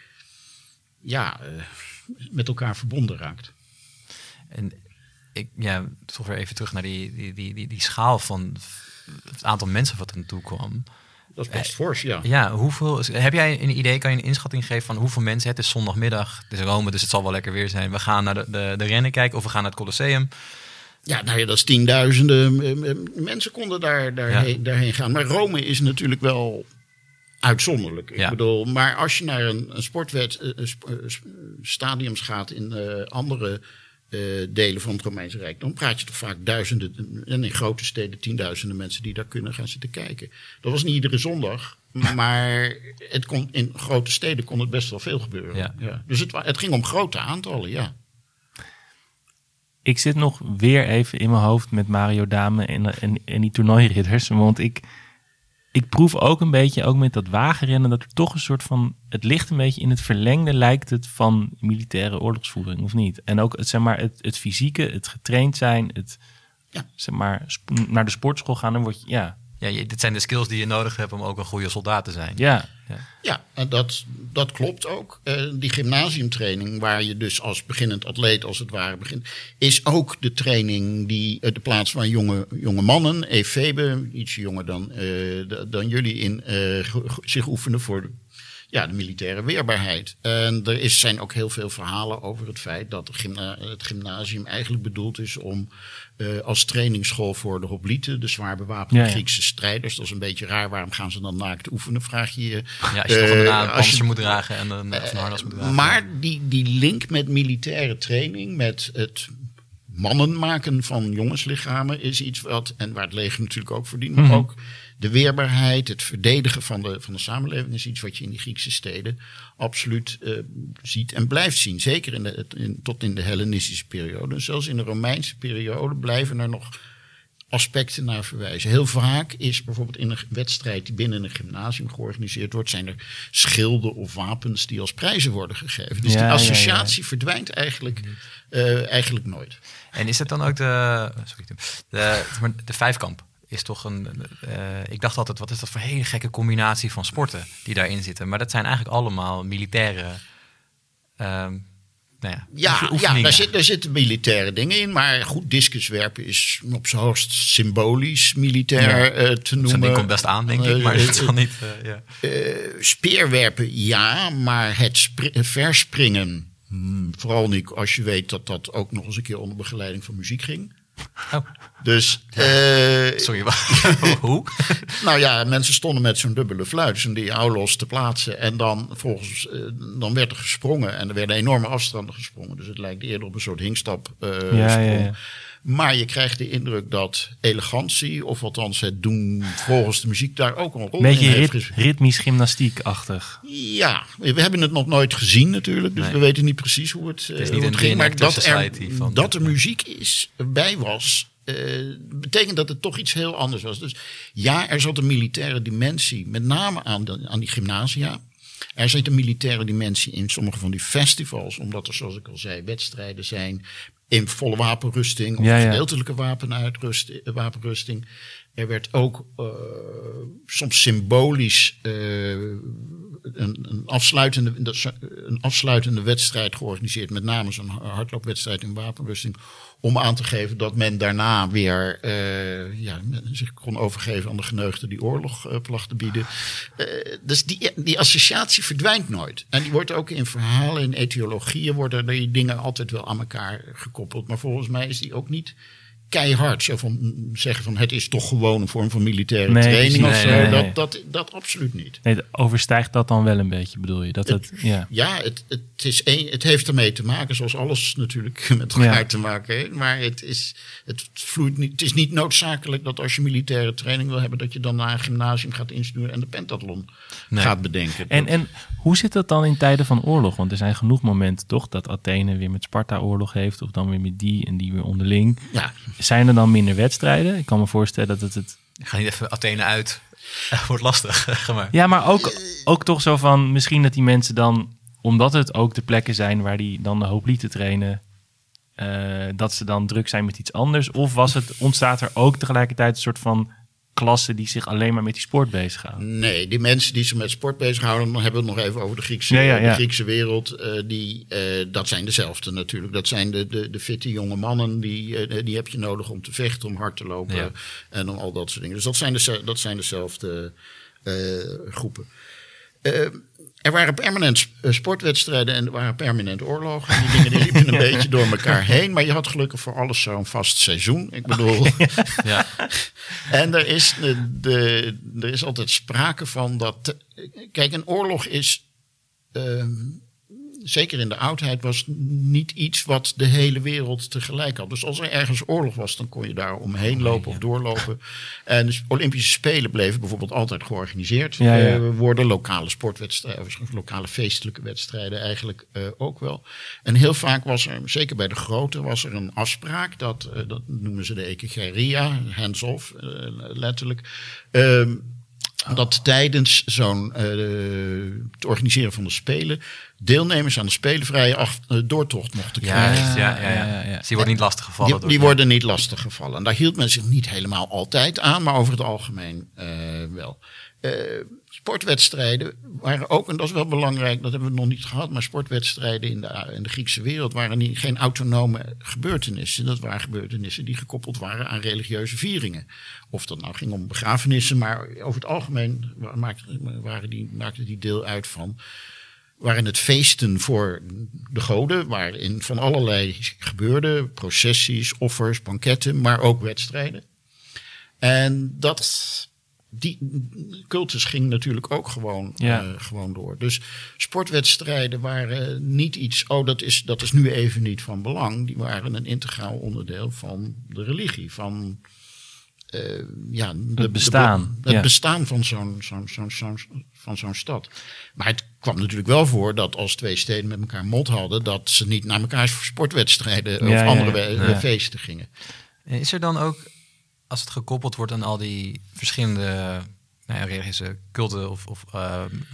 met elkaar verbonden raakt. En toch weer even terug naar die schaal van het aantal mensen wat er naartoe kwam. Dat is best fors, ja. Ja, heb jij een idee, kan je een inschatting geven van hoeveel mensen? Het is zondagmiddag, het is Rome, dus het zal wel lekker weer zijn. We gaan naar de rennen kijken of we gaan naar het Colosseum. Ja, dat is tienduizenden mensen konden daarheen gaan. Maar Rome is natuurlijk wel uitzonderlijk. Ik bedoel, maar als je naar een sportstadiums gaat in andere delen van het Romeinse Rijk, dan praat je toch vaak duizenden en in grote steden tienduizenden mensen die daar kunnen gaan zitten kijken. Dat was niet iedere zondag, maar in grote steden kon het best wel veel gebeuren. Ja. Dus het ging om grote aantallen, ja. Ik zit nog weer even in mijn hoofd met Mario Dame en die toernooiridders, want ik proef ook een beetje, ook met dat wagenrennen, dat er toch een soort van, het ligt een beetje in het verlengde, lijkt het, van militaire oorlogsvoering, of niet? En ook het fysieke, het getraind zijn, naar de sportschool gaan, dan word je, dit zijn de skills die je nodig hebt om ook een goede soldaat te zijn. Ja, en dat klopt ook. Die gymnasiumtraining, waar je dus als beginnend atleet als het ware begint, is ook de training de plaats waar jonge mannen, Efebe, iets jonger dan jullie, zich oefenen voor de militaire weerbaarheid. En zijn ook heel veel verhalen over het feit dat het gymnasium eigenlijk bedoeld is om als trainingsschool voor de hoplieten, de zwaar bewapende Griekse strijders. Dat is een beetje raar. Waarom gaan ze dan naakt oefenen, vraag je je. Ja, als je toch een panzer moet dragen en een harnas moet dragen. Maar die link met militaire training, met het mannen maken van jongenslichamen, is iets waar het leger natuurlijk ook verdient, maar ook de weerbaarheid, het verdedigen van de samenleving is iets wat je in die Griekse steden absoluut ziet en blijft zien. Zeker tot in de Hellenistische periode. En zelfs in de Romeinse periode blijven er nog aspecten naar verwijzen. Heel vaak is bijvoorbeeld in een wedstrijd die binnen een gymnasium georganiseerd wordt, zijn er schilden of wapens die als prijzen worden gegeven. Dus die associatie verdwijnt eigenlijk nooit. En is het dan ook de vijfkamp? is toch ik dacht altijd, wat is dat voor hele gekke combinatie van sporten die daarin zitten? Maar dat zijn eigenlijk allemaal militaire oefeningen. Daar zitten militaire dingen in. Maar goed, discuswerpen is op zijn hoogst symbolisch militair te noemen. Zo'n ding komt best aan, denk ik. Maar het is dan niet... Speerwerpen, ja. Maar het verspringen... vooral niet als je weet dat dat ook nog eens een keer onder begeleiding van muziek ging. Oh. Dus... Sorry, hoe? Nou ja, mensen stonden met zo'n dubbele fluit en die los te plaatsen. En dan volgens dan werd er gesprongen. En er werden enorme afstanden gesprongen. Dus het lijkt eerder op een soort hinkstap sprong. Ja. Maar je krijgt de indruk dat elegantie, of althans het doen volgens de muziek, daar ook een rol in heeft. Beetje ritmisch gymnastiek-achtig. Ja, we hebben het nog nooit gezien natuurlijk. Dus we weten niet precies hoe het ging. Maar dat er muziek bij was, betekent dat het toch iets heel anders was. Dus ja, er zat een militaire dimensie, met name aan die gymnasia. Er zit een militaire dimensie in sommige van die festivals, omdat er, zoals ik al zei, wedstrijden zijn in volle wapenrusting of gedeeltelijke wapenrusting. Er werd ook soms symbolisch een afsluitende wedstrijd georganiseerd. Met name zo'n hardloopwedstrijd in wapenrusting. Om aan te geven dat men daarna weer zich kon overgeven aan de geneugden die oorlog placht te bieden. Dus die associatie verdwijnt nooit. En die wordt ook in verhalen, in etiologieën worden die dingen altijd wel aan elkaar gekoppeld. Maar volgens mij is die ook niet keihard. Zo van zeggen van het is toch gewoon een vorm van militaire training of zo. Nee. Dat absoluut niet. Nee, overstijgt dat dan wel een beetje, bedoel je? Het heeft ermee te maken, zoals alles natuurlijk met elkaar te maken heeft. Maar het vloeit niet. Het is niet noodzakelijk dat als je militaire training wil hebben, dat je dan naar een gymnasium gaat insturen en de pentathlon gaat bedenken. En hoe zit dat dan in tijden van oorlog? Want er zijn genoeg momenten toch dat Athene weer met Sparta oorlog heeft, of dan weer met die en die weer onderling. Ja. Zijn er dan minder wedstrijden? Ik kan me voorstellen dat het... Ik ga niet even Athene uit. Wordt lastig. Ja, maar ook toch zo van, misschien dat die mensen dan, omdat het ook de plekken zijn waar die dan de hooplieden trainen, dat ze dan druk zijn met iets anders? Of ontstaat er ook tegelijkertijd een soort van klassen die zich alleen maar met die sport bezighouden? Nee, die mensen die zich met sport bezighouden, dan hebben we het nog even over de Griekse wereld. Dat zijn dezelfde natuurlijk. Dat zijn de fitte jonge mannen, die heb je nodig om te vechten, om hard te lopen en om al dat soort dingen. Dus dat zijn dezelfde groepen. Er waren permanent sportwedstrijden en er waren permanent oorlogen. Die dingen die liepen een beetje door elkaar heen. Maar je had gelukkig voor alles zo'n vast seizoen. Ik bedoel... Ja. En er is altijd sprake van dat... Kijk, een oorlog is... zeker in de oudheid was niet iets wat de hele wereld tegelijk had. Dus als er ergens oorlog was, dan kon je daar omheen lopen of doorlopen. En de Olympische Spelen bleven bijvoorbeeld altijd georganiseerd worden. Lokale sportwedstrijden, lokale feestelijke wedstrijden eigenlijk ook wel. En heel vaak was er, zeker bij de grote, was er een afspraak. Dat noemen ze de ekegeria, hands-off letterlijk. Dat tijdens het organiseren van de Spelen deelnemers aan de spelenvrije doortocht mochten krijgen. Ja. Dus die worden niet lastiggevallen. Die worden niet lastiggevallen. En daar hield men zich niet helemaal altijd aan, maar over het algemeen wel. Sportwedstrijden waren ook, en dat is wel belangrijk, dat hebben we nog niet gehad, maar sportwedstrijden in de Griekse wereld waren geen autonome gebeurtenissen. Dat waren gebeurtenissen die gekoppeld waren aan religieuze vieringen. Of dat nou ging om begrafenissen, maar over het algemeen maakten die deel uit van... waren het feesten voor de goden, waarin van allerlei gebeurde, processies, offers, banketten, maar ook wedstrijden. En die cultus ging natuurlijk ook gewoon door. Dus sportwedstrijden waren niet iets, dat is nu even niet van belang. Die waren een integraal onderdeel van de religie, van het bestaan. Het bestaan van zo'n stad. Maar het kwam natuurlijk wel voor dat als twee steden met elkaar mot hadden, dat ze niet naar elkaar sportwedstrijden of andere feesten gingen. Is er dan ook, als het gekoppeld wordt aan al die verschillende religieuze culten of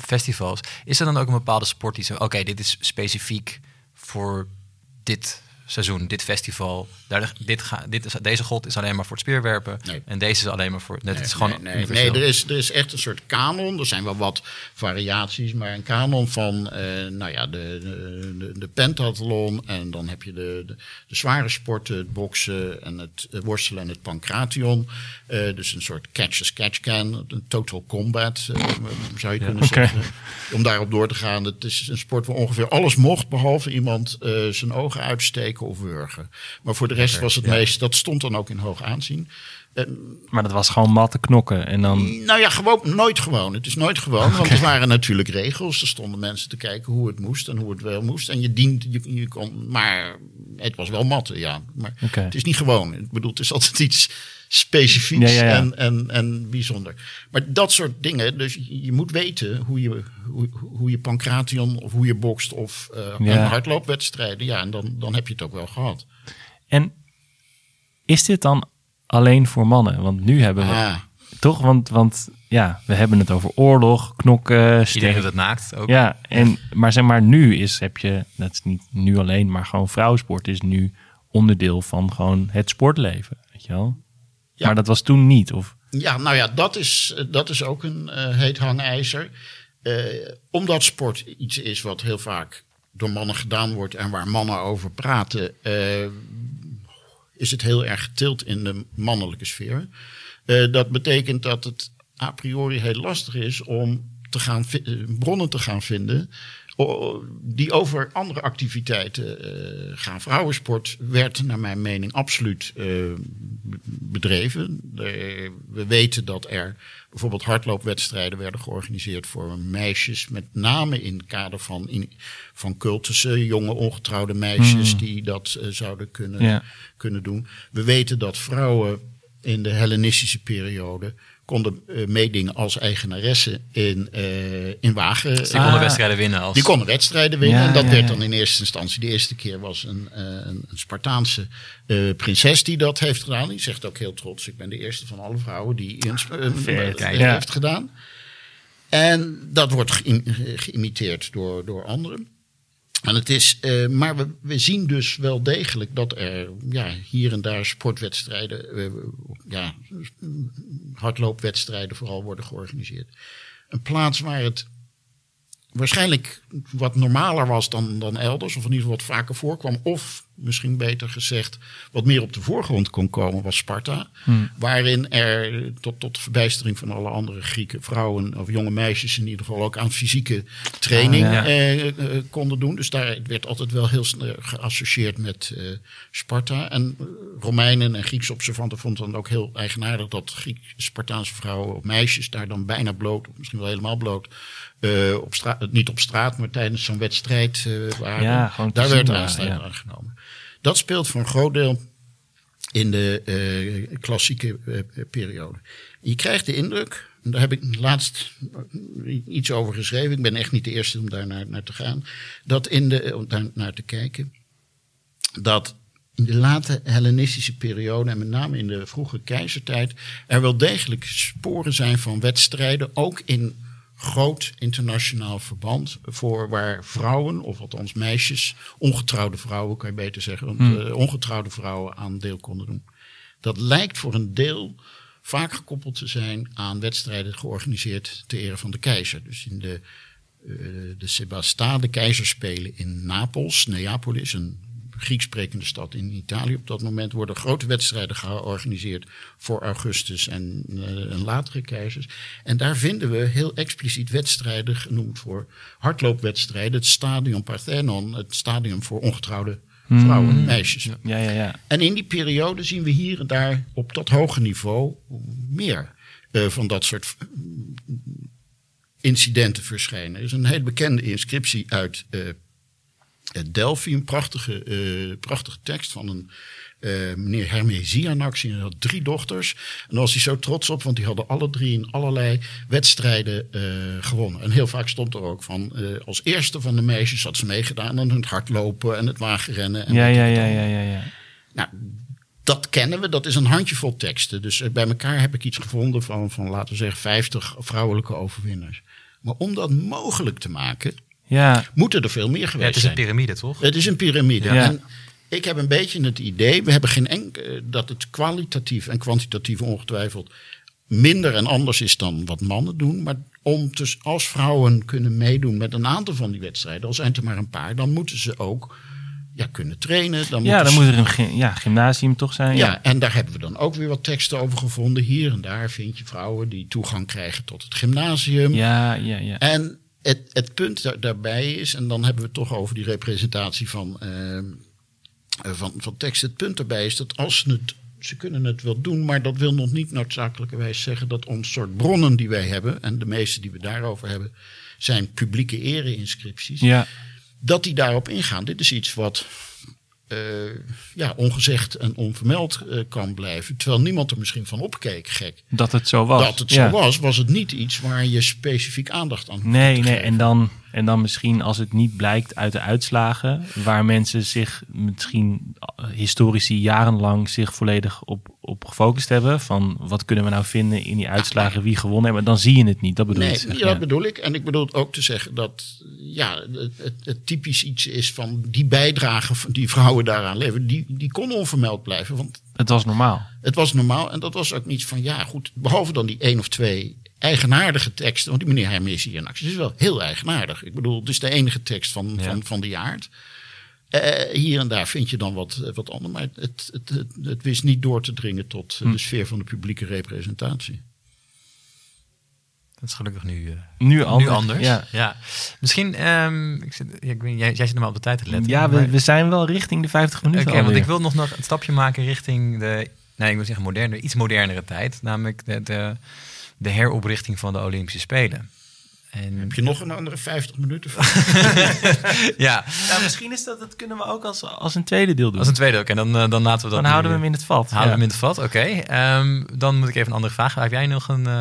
festivals, is er dan ook een bepaalde sport die zo, oké, dit is specifiek voor dit seizoen, dit festival, deze god is alleen maar voor het speerwerpen. Nee. En deze is alleen maar voor... Het is gewoon Nee, universeel. er is echt een soort kanon. Er zijn wel wat variaties, maar een kanon van de pentathlon. En dan heb je de zware sporten, het boksen en het worstelen en het pancration. Dus een soort catch-as-catch-can, een total combat zou je kunnen zeggen. Om daarop door te gaan. Het is een sport waar ongeveer alles mocht, behalve iemand zijn ogen uitsteken of wurgen. Maar voor de rest was het meest, dat stond dan ook in hoog aanzien. Maar dat was gewoon matte knokken en dan... Nou ja, nooit gewoon. Het is nooit gewoon, want er waren natuurlijk regels. Er stonden mensen te kijken hoe het moest en hoe het wel moest. En je kon, maar het was wel matte, ja. Maar het is niet gewoon. Ik bedoel, het is altijd iets specifieks en bijzonder. Maar dat soort dingen, dus je moet weten hoe je pancration of hoe je bokst of hardloopwedstrijden. Ja, en dan heb je het ook wel gehad. En is dit dan alleen voor mannen? Want nu hebben we... Toch? Want we hebben het over oorlog, knokken... Iedereen doet het naakt ook. Ja, maar zeg maar, nu heb je... Dat is niet nu alleen, maar gewoon vrouwensport is nu onderdeel van gewoon het sportleven. Weet je wel? Ja. Maar dat was toen niet, of... Ja, nou ja, dat is ook een heet hangijzer. Omdat sport iets is wat heel vaak door mannen gedaan wordt en waar mannen over praten... is het heel erg getild in de mannelijke sfeer. Dat betekent dat het a priori heel lastig is om bronnen te gaan vinden die over andere activiteiten gaan. Vrouwensport werd naar mijn mening absoluut bedreven. We weten dat er bijvoorbeeld hardloopwedstrijden werden georganiseerd voor meisjes, met name in het kader van cultussen, jonge ongetrouwde meisjes die dat zouden kunnen doen. We weten dat vrouwen in de Hellenistische periode konden meedingen als eigenaressen in wagen. Dus die konden wedstrijden winnen. Die konden wedstrijden winnen. En dat werd dan in eerste instantie. De eerste keer was een Spartaanse prinses die dat heeft gedaan. Die zegt ook heel trots, ik ben de eerste van alle vrouwen die heeft gedaan. En dat wordt geïmiteerd door anderen. En het is, maar we zien dus wel degelijk dat er hier en daar sportwedstrijden, hardloopwedstrijden vooral worden georganiseerd. Een plaats waar het waarschijnlijk wat normaler was dan elders, of in ieder geval wat vaker voorkwam, of misschien beter gezegd wat meer op de voorgrond kon komen, was Sparta. Waarin er tot verbijstering van alle andere Grieken, vrouwen of jonge meisjes in ieder geval ook aan fysieke training konden doen. Dus daar werd altijd wel heel snel geassocieerd met Sparta. En Romeinen en Griekse observanten vonden dan ook heel eigenaardig dat Spartaanse vrouwen of meisjes daar dan bijna bloot, of misschien wel helemaal bloot, op straat, niet op straat, maar tijdens zo'n wedstrijd waren. Ja, daar werd aansluiting aangenomen. Dat speelt voor een groot deel in de klassieke periode. Je krijgt de indruk, en daar heb ik laatst iets over geschreven, ik ben echt niet de eerste om daar naar te gaan, om daar naar te kijken, dat in de late Hellenistische periode en met name in de vroege keizertijd er wel degelijk sporen zijn van wedstrijden, ook in groot internationaal verband, voor waar vrouwen, of althans meisjes, ongetrouwde vrouwen kan je beter zeggen, ongetrouwde vrouwen aan deel konden doen. Dat lijkt voor een deel vaak gekoppeld te zijn aan wedstrijden georganiseerd ter ere van de keizer. Dus in de Sebasta, de keizerspelen in Neapolis, een Grieks sprekende stad in Italië op dat moment, worden grote wedstrijden georganiseerd voor Augustus en latere keizers. En daar vinden we heel expliciet wedstrijden genoemd voor hardloopwedstrijden. Het Stadion Parthenon, het stadion voor ongetrouwde vrouwen, meisjes. Ja. En in die periode zien we hier en daar op dat hoge niveau meer van dat soort incidenten verschijnen. Er is een heel bekende inscriptie uit Delphi, een prachtige tekst van een meneer Hermesianax. Hij had 3 dochters. En daar was hij zo trots op, want die hadden alle 3 in allerlei wedstrijden gewonnen. En heel vaak stond er ook van, als eerste van de meisjes had ze meegedaan aan het hardlopen en het wagenrennen. En Ja. Nou, dat kennen we, dat is een handjevol teksten. Dus bij elkaar heb ik iets gevonden van laten we zeggen 50 vrouwelijke overwinnaars. Maar om dat mogelijk te maken, moeten er veel meer geweest zijn. Het is een piramide, toch? Het is een piramide. Ja. En Ik heb een beetje het idee, we hebben geen dat het kwalitatief en kwantitatief ongetwijfeld minder en anders is dan wat mannen doen. Maar als vrouwen kunnen meedoen met een aantal van die wedstrijden, al zijn het er maar een paar, dan moeten ze ook kunnen trainen. Dan moet er een gymnasium toch zijn. Ja, en daar hebben we dan ook weer wat teksten over gevonden. Hier en daar vind je vrouwen die toegang krijgen tot het gymnasium. Ja. En het punt daarbij is, en dan hebben we het toch over die representatie van tekst. Het punt daarbij is dat ze kunnen het wel doen, maar dat wil nog niet noodzakelijkerwijs zeggen dat ons soort bronnen die wij hebben, en de meeste die we daarover hebben, zijn publieke ere-inscripties. Ja. Dat die daarop ingaan. Dit is iets wat ongezegd en onvermeld kan blijven. Terwijl niemand er misschien van opkeek, gek. Dat het zo was. Dat het zo was het niet iets waar je specifiek aandacht aan hoeft te geven. En dan misschien als het niet blijkt uit de uitslagen, waar mensen zich misschien historici jarenlang zich volledig op gefocust hebben, van wat kunnen we nou vinden in die uitslagen, wie gewonnen hebben, dan zie je het niet. Dat bedoel ik. Dat bedoel ik. En ik bedoel ook te zeggen dat het typisch iets is van die bijdrage van die vrouwen daaraan leveren, die kon onvermeld blijven. Want het was normaal. Het was normaal en dat was ook niet van behalve dan die 1 of 2 eigenaardige teksten. Want die meneer Hermes is hier in actie. Het is wel heel eigenaardig. Ik bedoel, het is de enige tekst van die aard. Hier en daar vind je dan wat anders. Maar het wist niet door te dringen tot de sfeer van de publieke representatie. Dat is gelukkig nu anders. Ja. Misschien, jij zit nog maar op de tijd te letten. Ja, we zijn wel richting de 50 minuten. Oké, want ik wil nog een stapje maken richting ik wil zeggen iets modernere tijd. Namelijk de heroprichting van de Olympische Spelen. En heb je nog een andere 50 minuten voor? Ja, misschien is dat kunnen we ook als een tweede deel doen. Als een tweede, oké. Dan laten we dat. Dan houden we hem in het vat. Houden we hem in het vat, oké. Dan moet ik even een andere vraag. Heb jij nog een...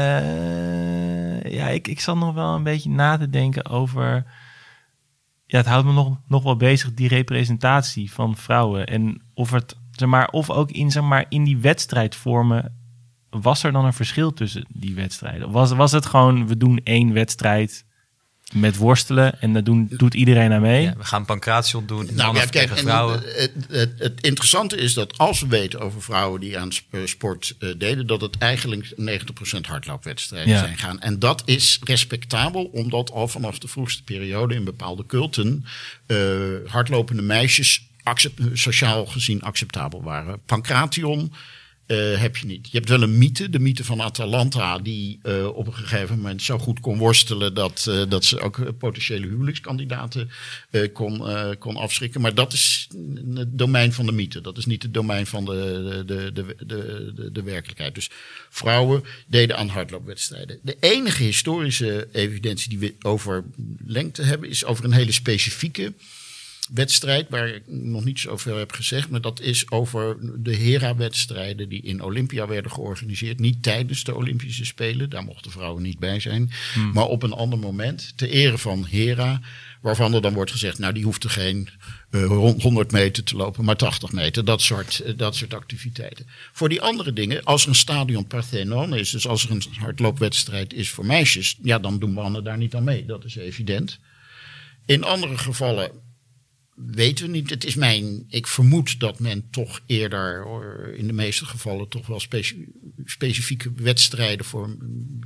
Ik zat nog wel een beetje na te denken over... Ja, het houdt me nog wel bezig, die representatie van vrouwen. En of ook in die wedstrijdvormen... Was er dan een verschil tussen die wedstrijden? Was het gewoon, we doen 1 wedstrijd met worstelen en daar doet iedereen aan mee? Ja, we gaan pancration doen, mannen tegen vrouwen. Het interessante is dat als we weten over vrouwen die aan sport deden, dat het eigenlijk 90% hardloopwedstrijden zijn gaan. En dat is respectabel, omdat al vanaf de vroegste periode in bepaalde culten hardlopende meisjes sociaal gezien acceptabel waren. Pancration heb je niet. Je hebt wel een mythe, de mythe van Atalanta, die op een gegeven moment zo goed kon worstelen dat ze ook potentiële huwelijkskandidaten kon afschrikken. Maar dat is het domein van de mythe. Dat is niet het domein van de werkelijkheid. Dus vrouwen deden aan hardloopwedstrijden. De enige historische evidentie die we over lengte hebben, is over een hele specifieke wedstrijd, waar ik nog niet zoveel heb gezegd, maar dat is over de Hera-wedstrijden die in Olympia werden georganiseerd. Niet tijdens de Olympische Spelen, daar mochten vrouwen niet bij zijn, maar op een ander moment, ter ere van Hera, waarvan er dan wordt gezegd, nou die hoeft er geen 100 meter te lopen, maar 80 meter, dat soort activiteiten. Voor die andere dingen, als er een stadion Parthenon is, dus als er een hardloopwedstrijd is voor meisjes, ja, dan doen mannen daar niet aan mee, dat is evident. In andere gevallen weten we niet. Ik vermoed dat men toch eerder, in de meeste gevallen, toch wel specifieke wedstrijden voor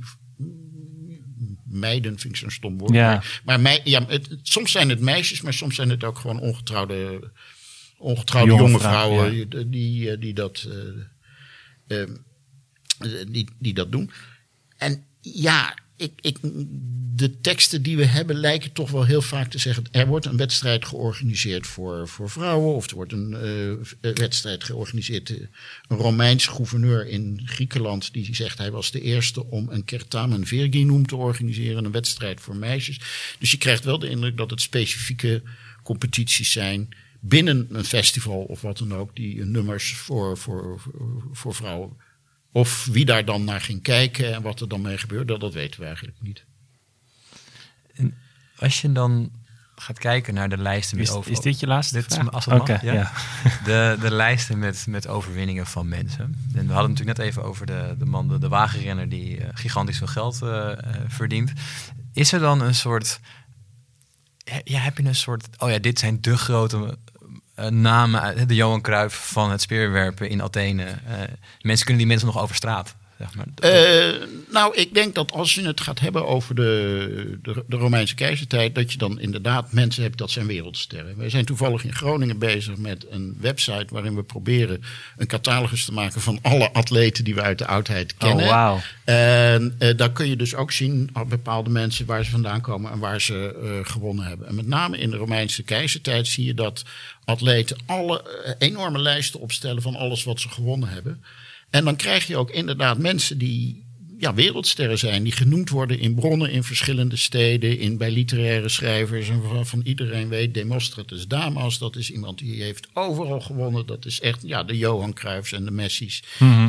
meiden, vind ik zo'n stom woord. Ja. Maar soms zijn het meisjes, maar soms zijn het ook gewoon ongetrouwde jonge vrouwen die dat doen. En ja, de teksten die we hebben lijken toch wel heel vaak te zeggen, er wordt een wedstrijd georganiseerd voor vrouwen, of er wordt een wedstrijd georganiseerd. Een Romeins gouverneur in Griekenland die zegt hij was de eerste om een Certamen Virginum te organiseren, een wedstrijd voor meisjes. Dus je krijgt wel de indruk dat het specifieke competities zijn binnen een festival of wat dan ook, die nummers voor vrouwen. Of wie daar dan naar ging kijken en wat er dan mee gebeurde, dat weten we eigenlijk niet. En als je dan gaat kijken naar de lijsten met overwinningen. Is dit je laatste vraag? Als het mag, ja. De lijsten met overwinningen van mensen. En we hadden natuurlijk net even over de wagenrenner die gigantisch veel geld verdient. Is er dan een soort... Ja, heb je een soort... dit zijn de grote namen uit de Johan Cruijff van het speerwerpen in Athene. Mensen kunnen die mensen nog over straat. Zeg maar. Nou, ik denk dat als je het gaat hebben over de Romeinse keizertijd, dat je dan inderdaad mensen hebt dat zijn wereldsterren. Wij zijn toevallig in Groningen bezig met een website waarin we proberen een catalogus te maken van alle atleten die we uit de oudheid kennen. Oh, wauw. En daar kun je dus ook zien bepaalde mensen waar ze vandaan komen en waar ze gewonnen hebben. En met name in de Romeinse keizertijd zie je dat atleten alle enorme lijsten opstellen van alles wat ze gewonnen hebben. En dan krijg je ook inderdaad mensen die wereldsterren zijn. Die genoemd worden in bronnen in verschillende steden. Bij literaire schrijvers. En waarvan iedereen weet. Demostratus Damas. Dat is iemand die heeft overal gewonnen. Dat is echt de Johan Cruijffs en de Messi's. Mm-hmm.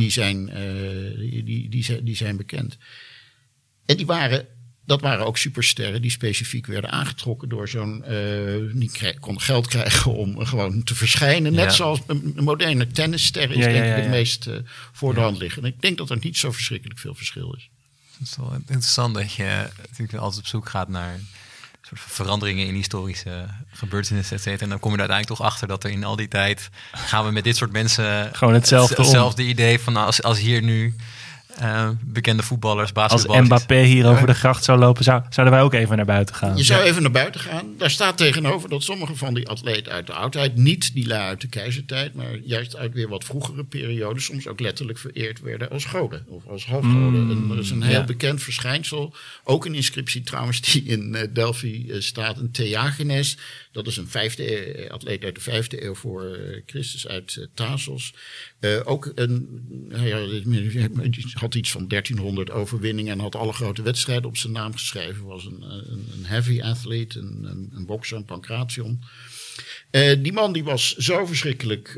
Die zijn bekend. En dat waren ook supersterren die specifiek werden aangetrokken door die konden geld krijgen om gewoon te verschijnen. Net zoals een moderne tennisster is denk ik het meest voor de hand liggen. En ik denk dat er niet zo verschrikkelijk veel verschil is. Het is wel interessant dat je natuurlijk altijd op zoek gaat naar soort van veranderingen in historische gebeurtenissen, et cetera. En dan kom je er uiteindelijk toch achter dat er in al die tijd gaan we met dit soort mensen gewoon hetzelfde idee van als hier nu bekende voetballers, basketballers. Als Mbappé hier over de gracht zou lopen, zouden wij ook even naar buiten gaan. Je zou even naar buiten gaan. Daar staat tegenover dat sommige van die atleten uit de oudheid, niet die lui uit de keizertijd, maar juist uit weer wat vroegere perioden, soms ook letterlijk vereerd werden als goden of als halfgoden. En er is een heel bekend verschijnsel, ook een inscriptie trouwens die in Delphi staat, een Theagenes. Dat is een atleet uit de 5e eeuw voor Christus uit Thassos. Ook had iets van 1300 overwinningen en had alle grote wedstrijden op zijn naam geschreven. Was een heavy athlete, een bokser, een pancration. Die man die was zo verschrikkelijk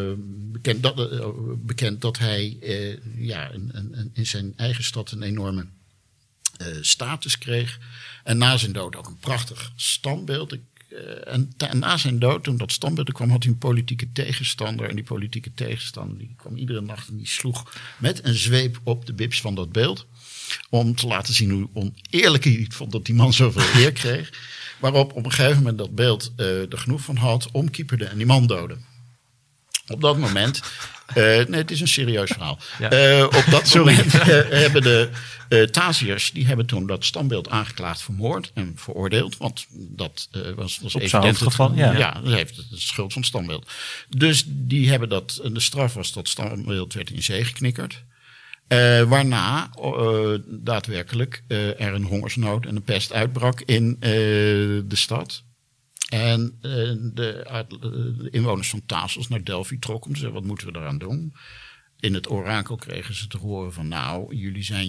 bekend dat hij in zijn eigen stad een enorme status kreeg. En na zijn dood ook een prachtig standbeeld. En na zijn dood, toen dat standbeeld er kwam, had hij een politieke tegenstander. En die politieke tegenstander die kwam iedere nacht en die sloeg met een zweep op de bips van dat beeld. Om te laten zien hoe oneerlijk hij vond dat die man zoveel eer kreeg. Waarop op een gegeven moment dat beeld er genoeg van had, omkieperde en die man doodde. Op dat moment, het is een serieus verhaal. Ja. Op dat moment hebben de Thasiërs, die hebben toen dat standbeeld aangeklaagd voor moord en veroordeeld. Want dat was evident geval. Ja, dat heeft de schuld van het standbeeld. Dus die hebben de straf was dat standbeeld werd in zee geknikkerd. Waarna daadwerkelijk er een hongersnood en een pest uitbrak in de stad. En de inwoners van Thassos naar Delphi trokken om te zeggen, wat moeten we daaraan doen? In het orakel kregen ze te horen van, jullie zijn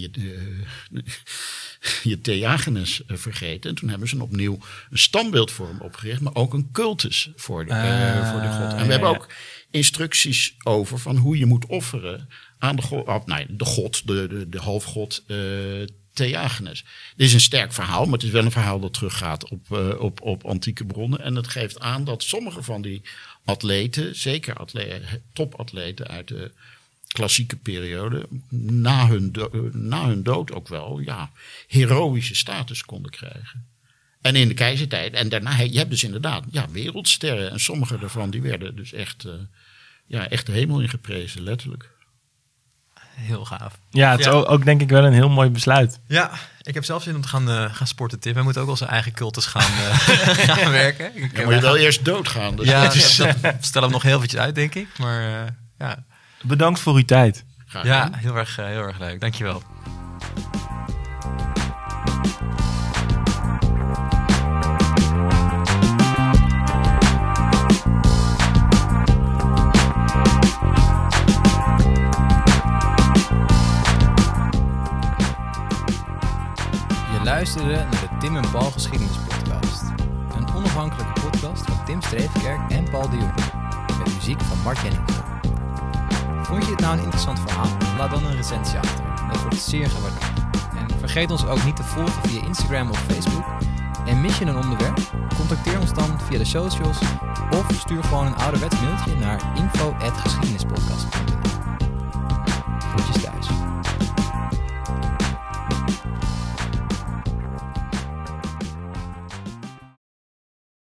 je Theagenes vergeten. En toen hebben ze opnieuw een standbeeld voor hem opgericht, maar ook een cultus voor de god. En we hebben ook instructies over van hoe je moet offeren aan de halfgod Theagenes. Dit is een sterk verhaal, maar het is wel een verhaal dat teruggaat op antieke bronnen. En het geeft aan dat sommige van die atleten, zeker topatleten uit de klassieke periode, na hun dood ook wel heroïsche status konden krijgen. En in de keizertijd, en daarna, je hebt dus inderdaad wereldsterren. En sommige daarvan die werden dus echt de hemel ingeprezen, letterlijk. Heel gaaf. Ja, het is ook denk ik wel een heel mooi besluit. Ja, ik heb zelf zin om te gaan sporten, Tim. Hij moet ook wel zijn eigen cultus gaan werken. Maar je wel eerst doodgaan. Dus dat stel hem nog heel eventjes uit, denk ik. Maar bedankt voor uw tijd. Ja, heel erg leuk. Dankjewel. Luisteren naar de Tim en Paul Geschiedenispodcast. Een onafhankelijke podcast van Tim Streefkerk en Paul de Jong. Met muziek van Mark Henningsen. Vond je het nou een interessant verhaal? Laat dan een recensie achter. Dat wordt zeer gewaardeerd. En vergeet ons ook niet te volgen via Instagram of Facebook. En mis je een onderwerp? Contacteer ons dan via de socials of stuur gewoon een ouderwets mailtje naar info@geschiedenispodcast.nl. Groetjes thuis.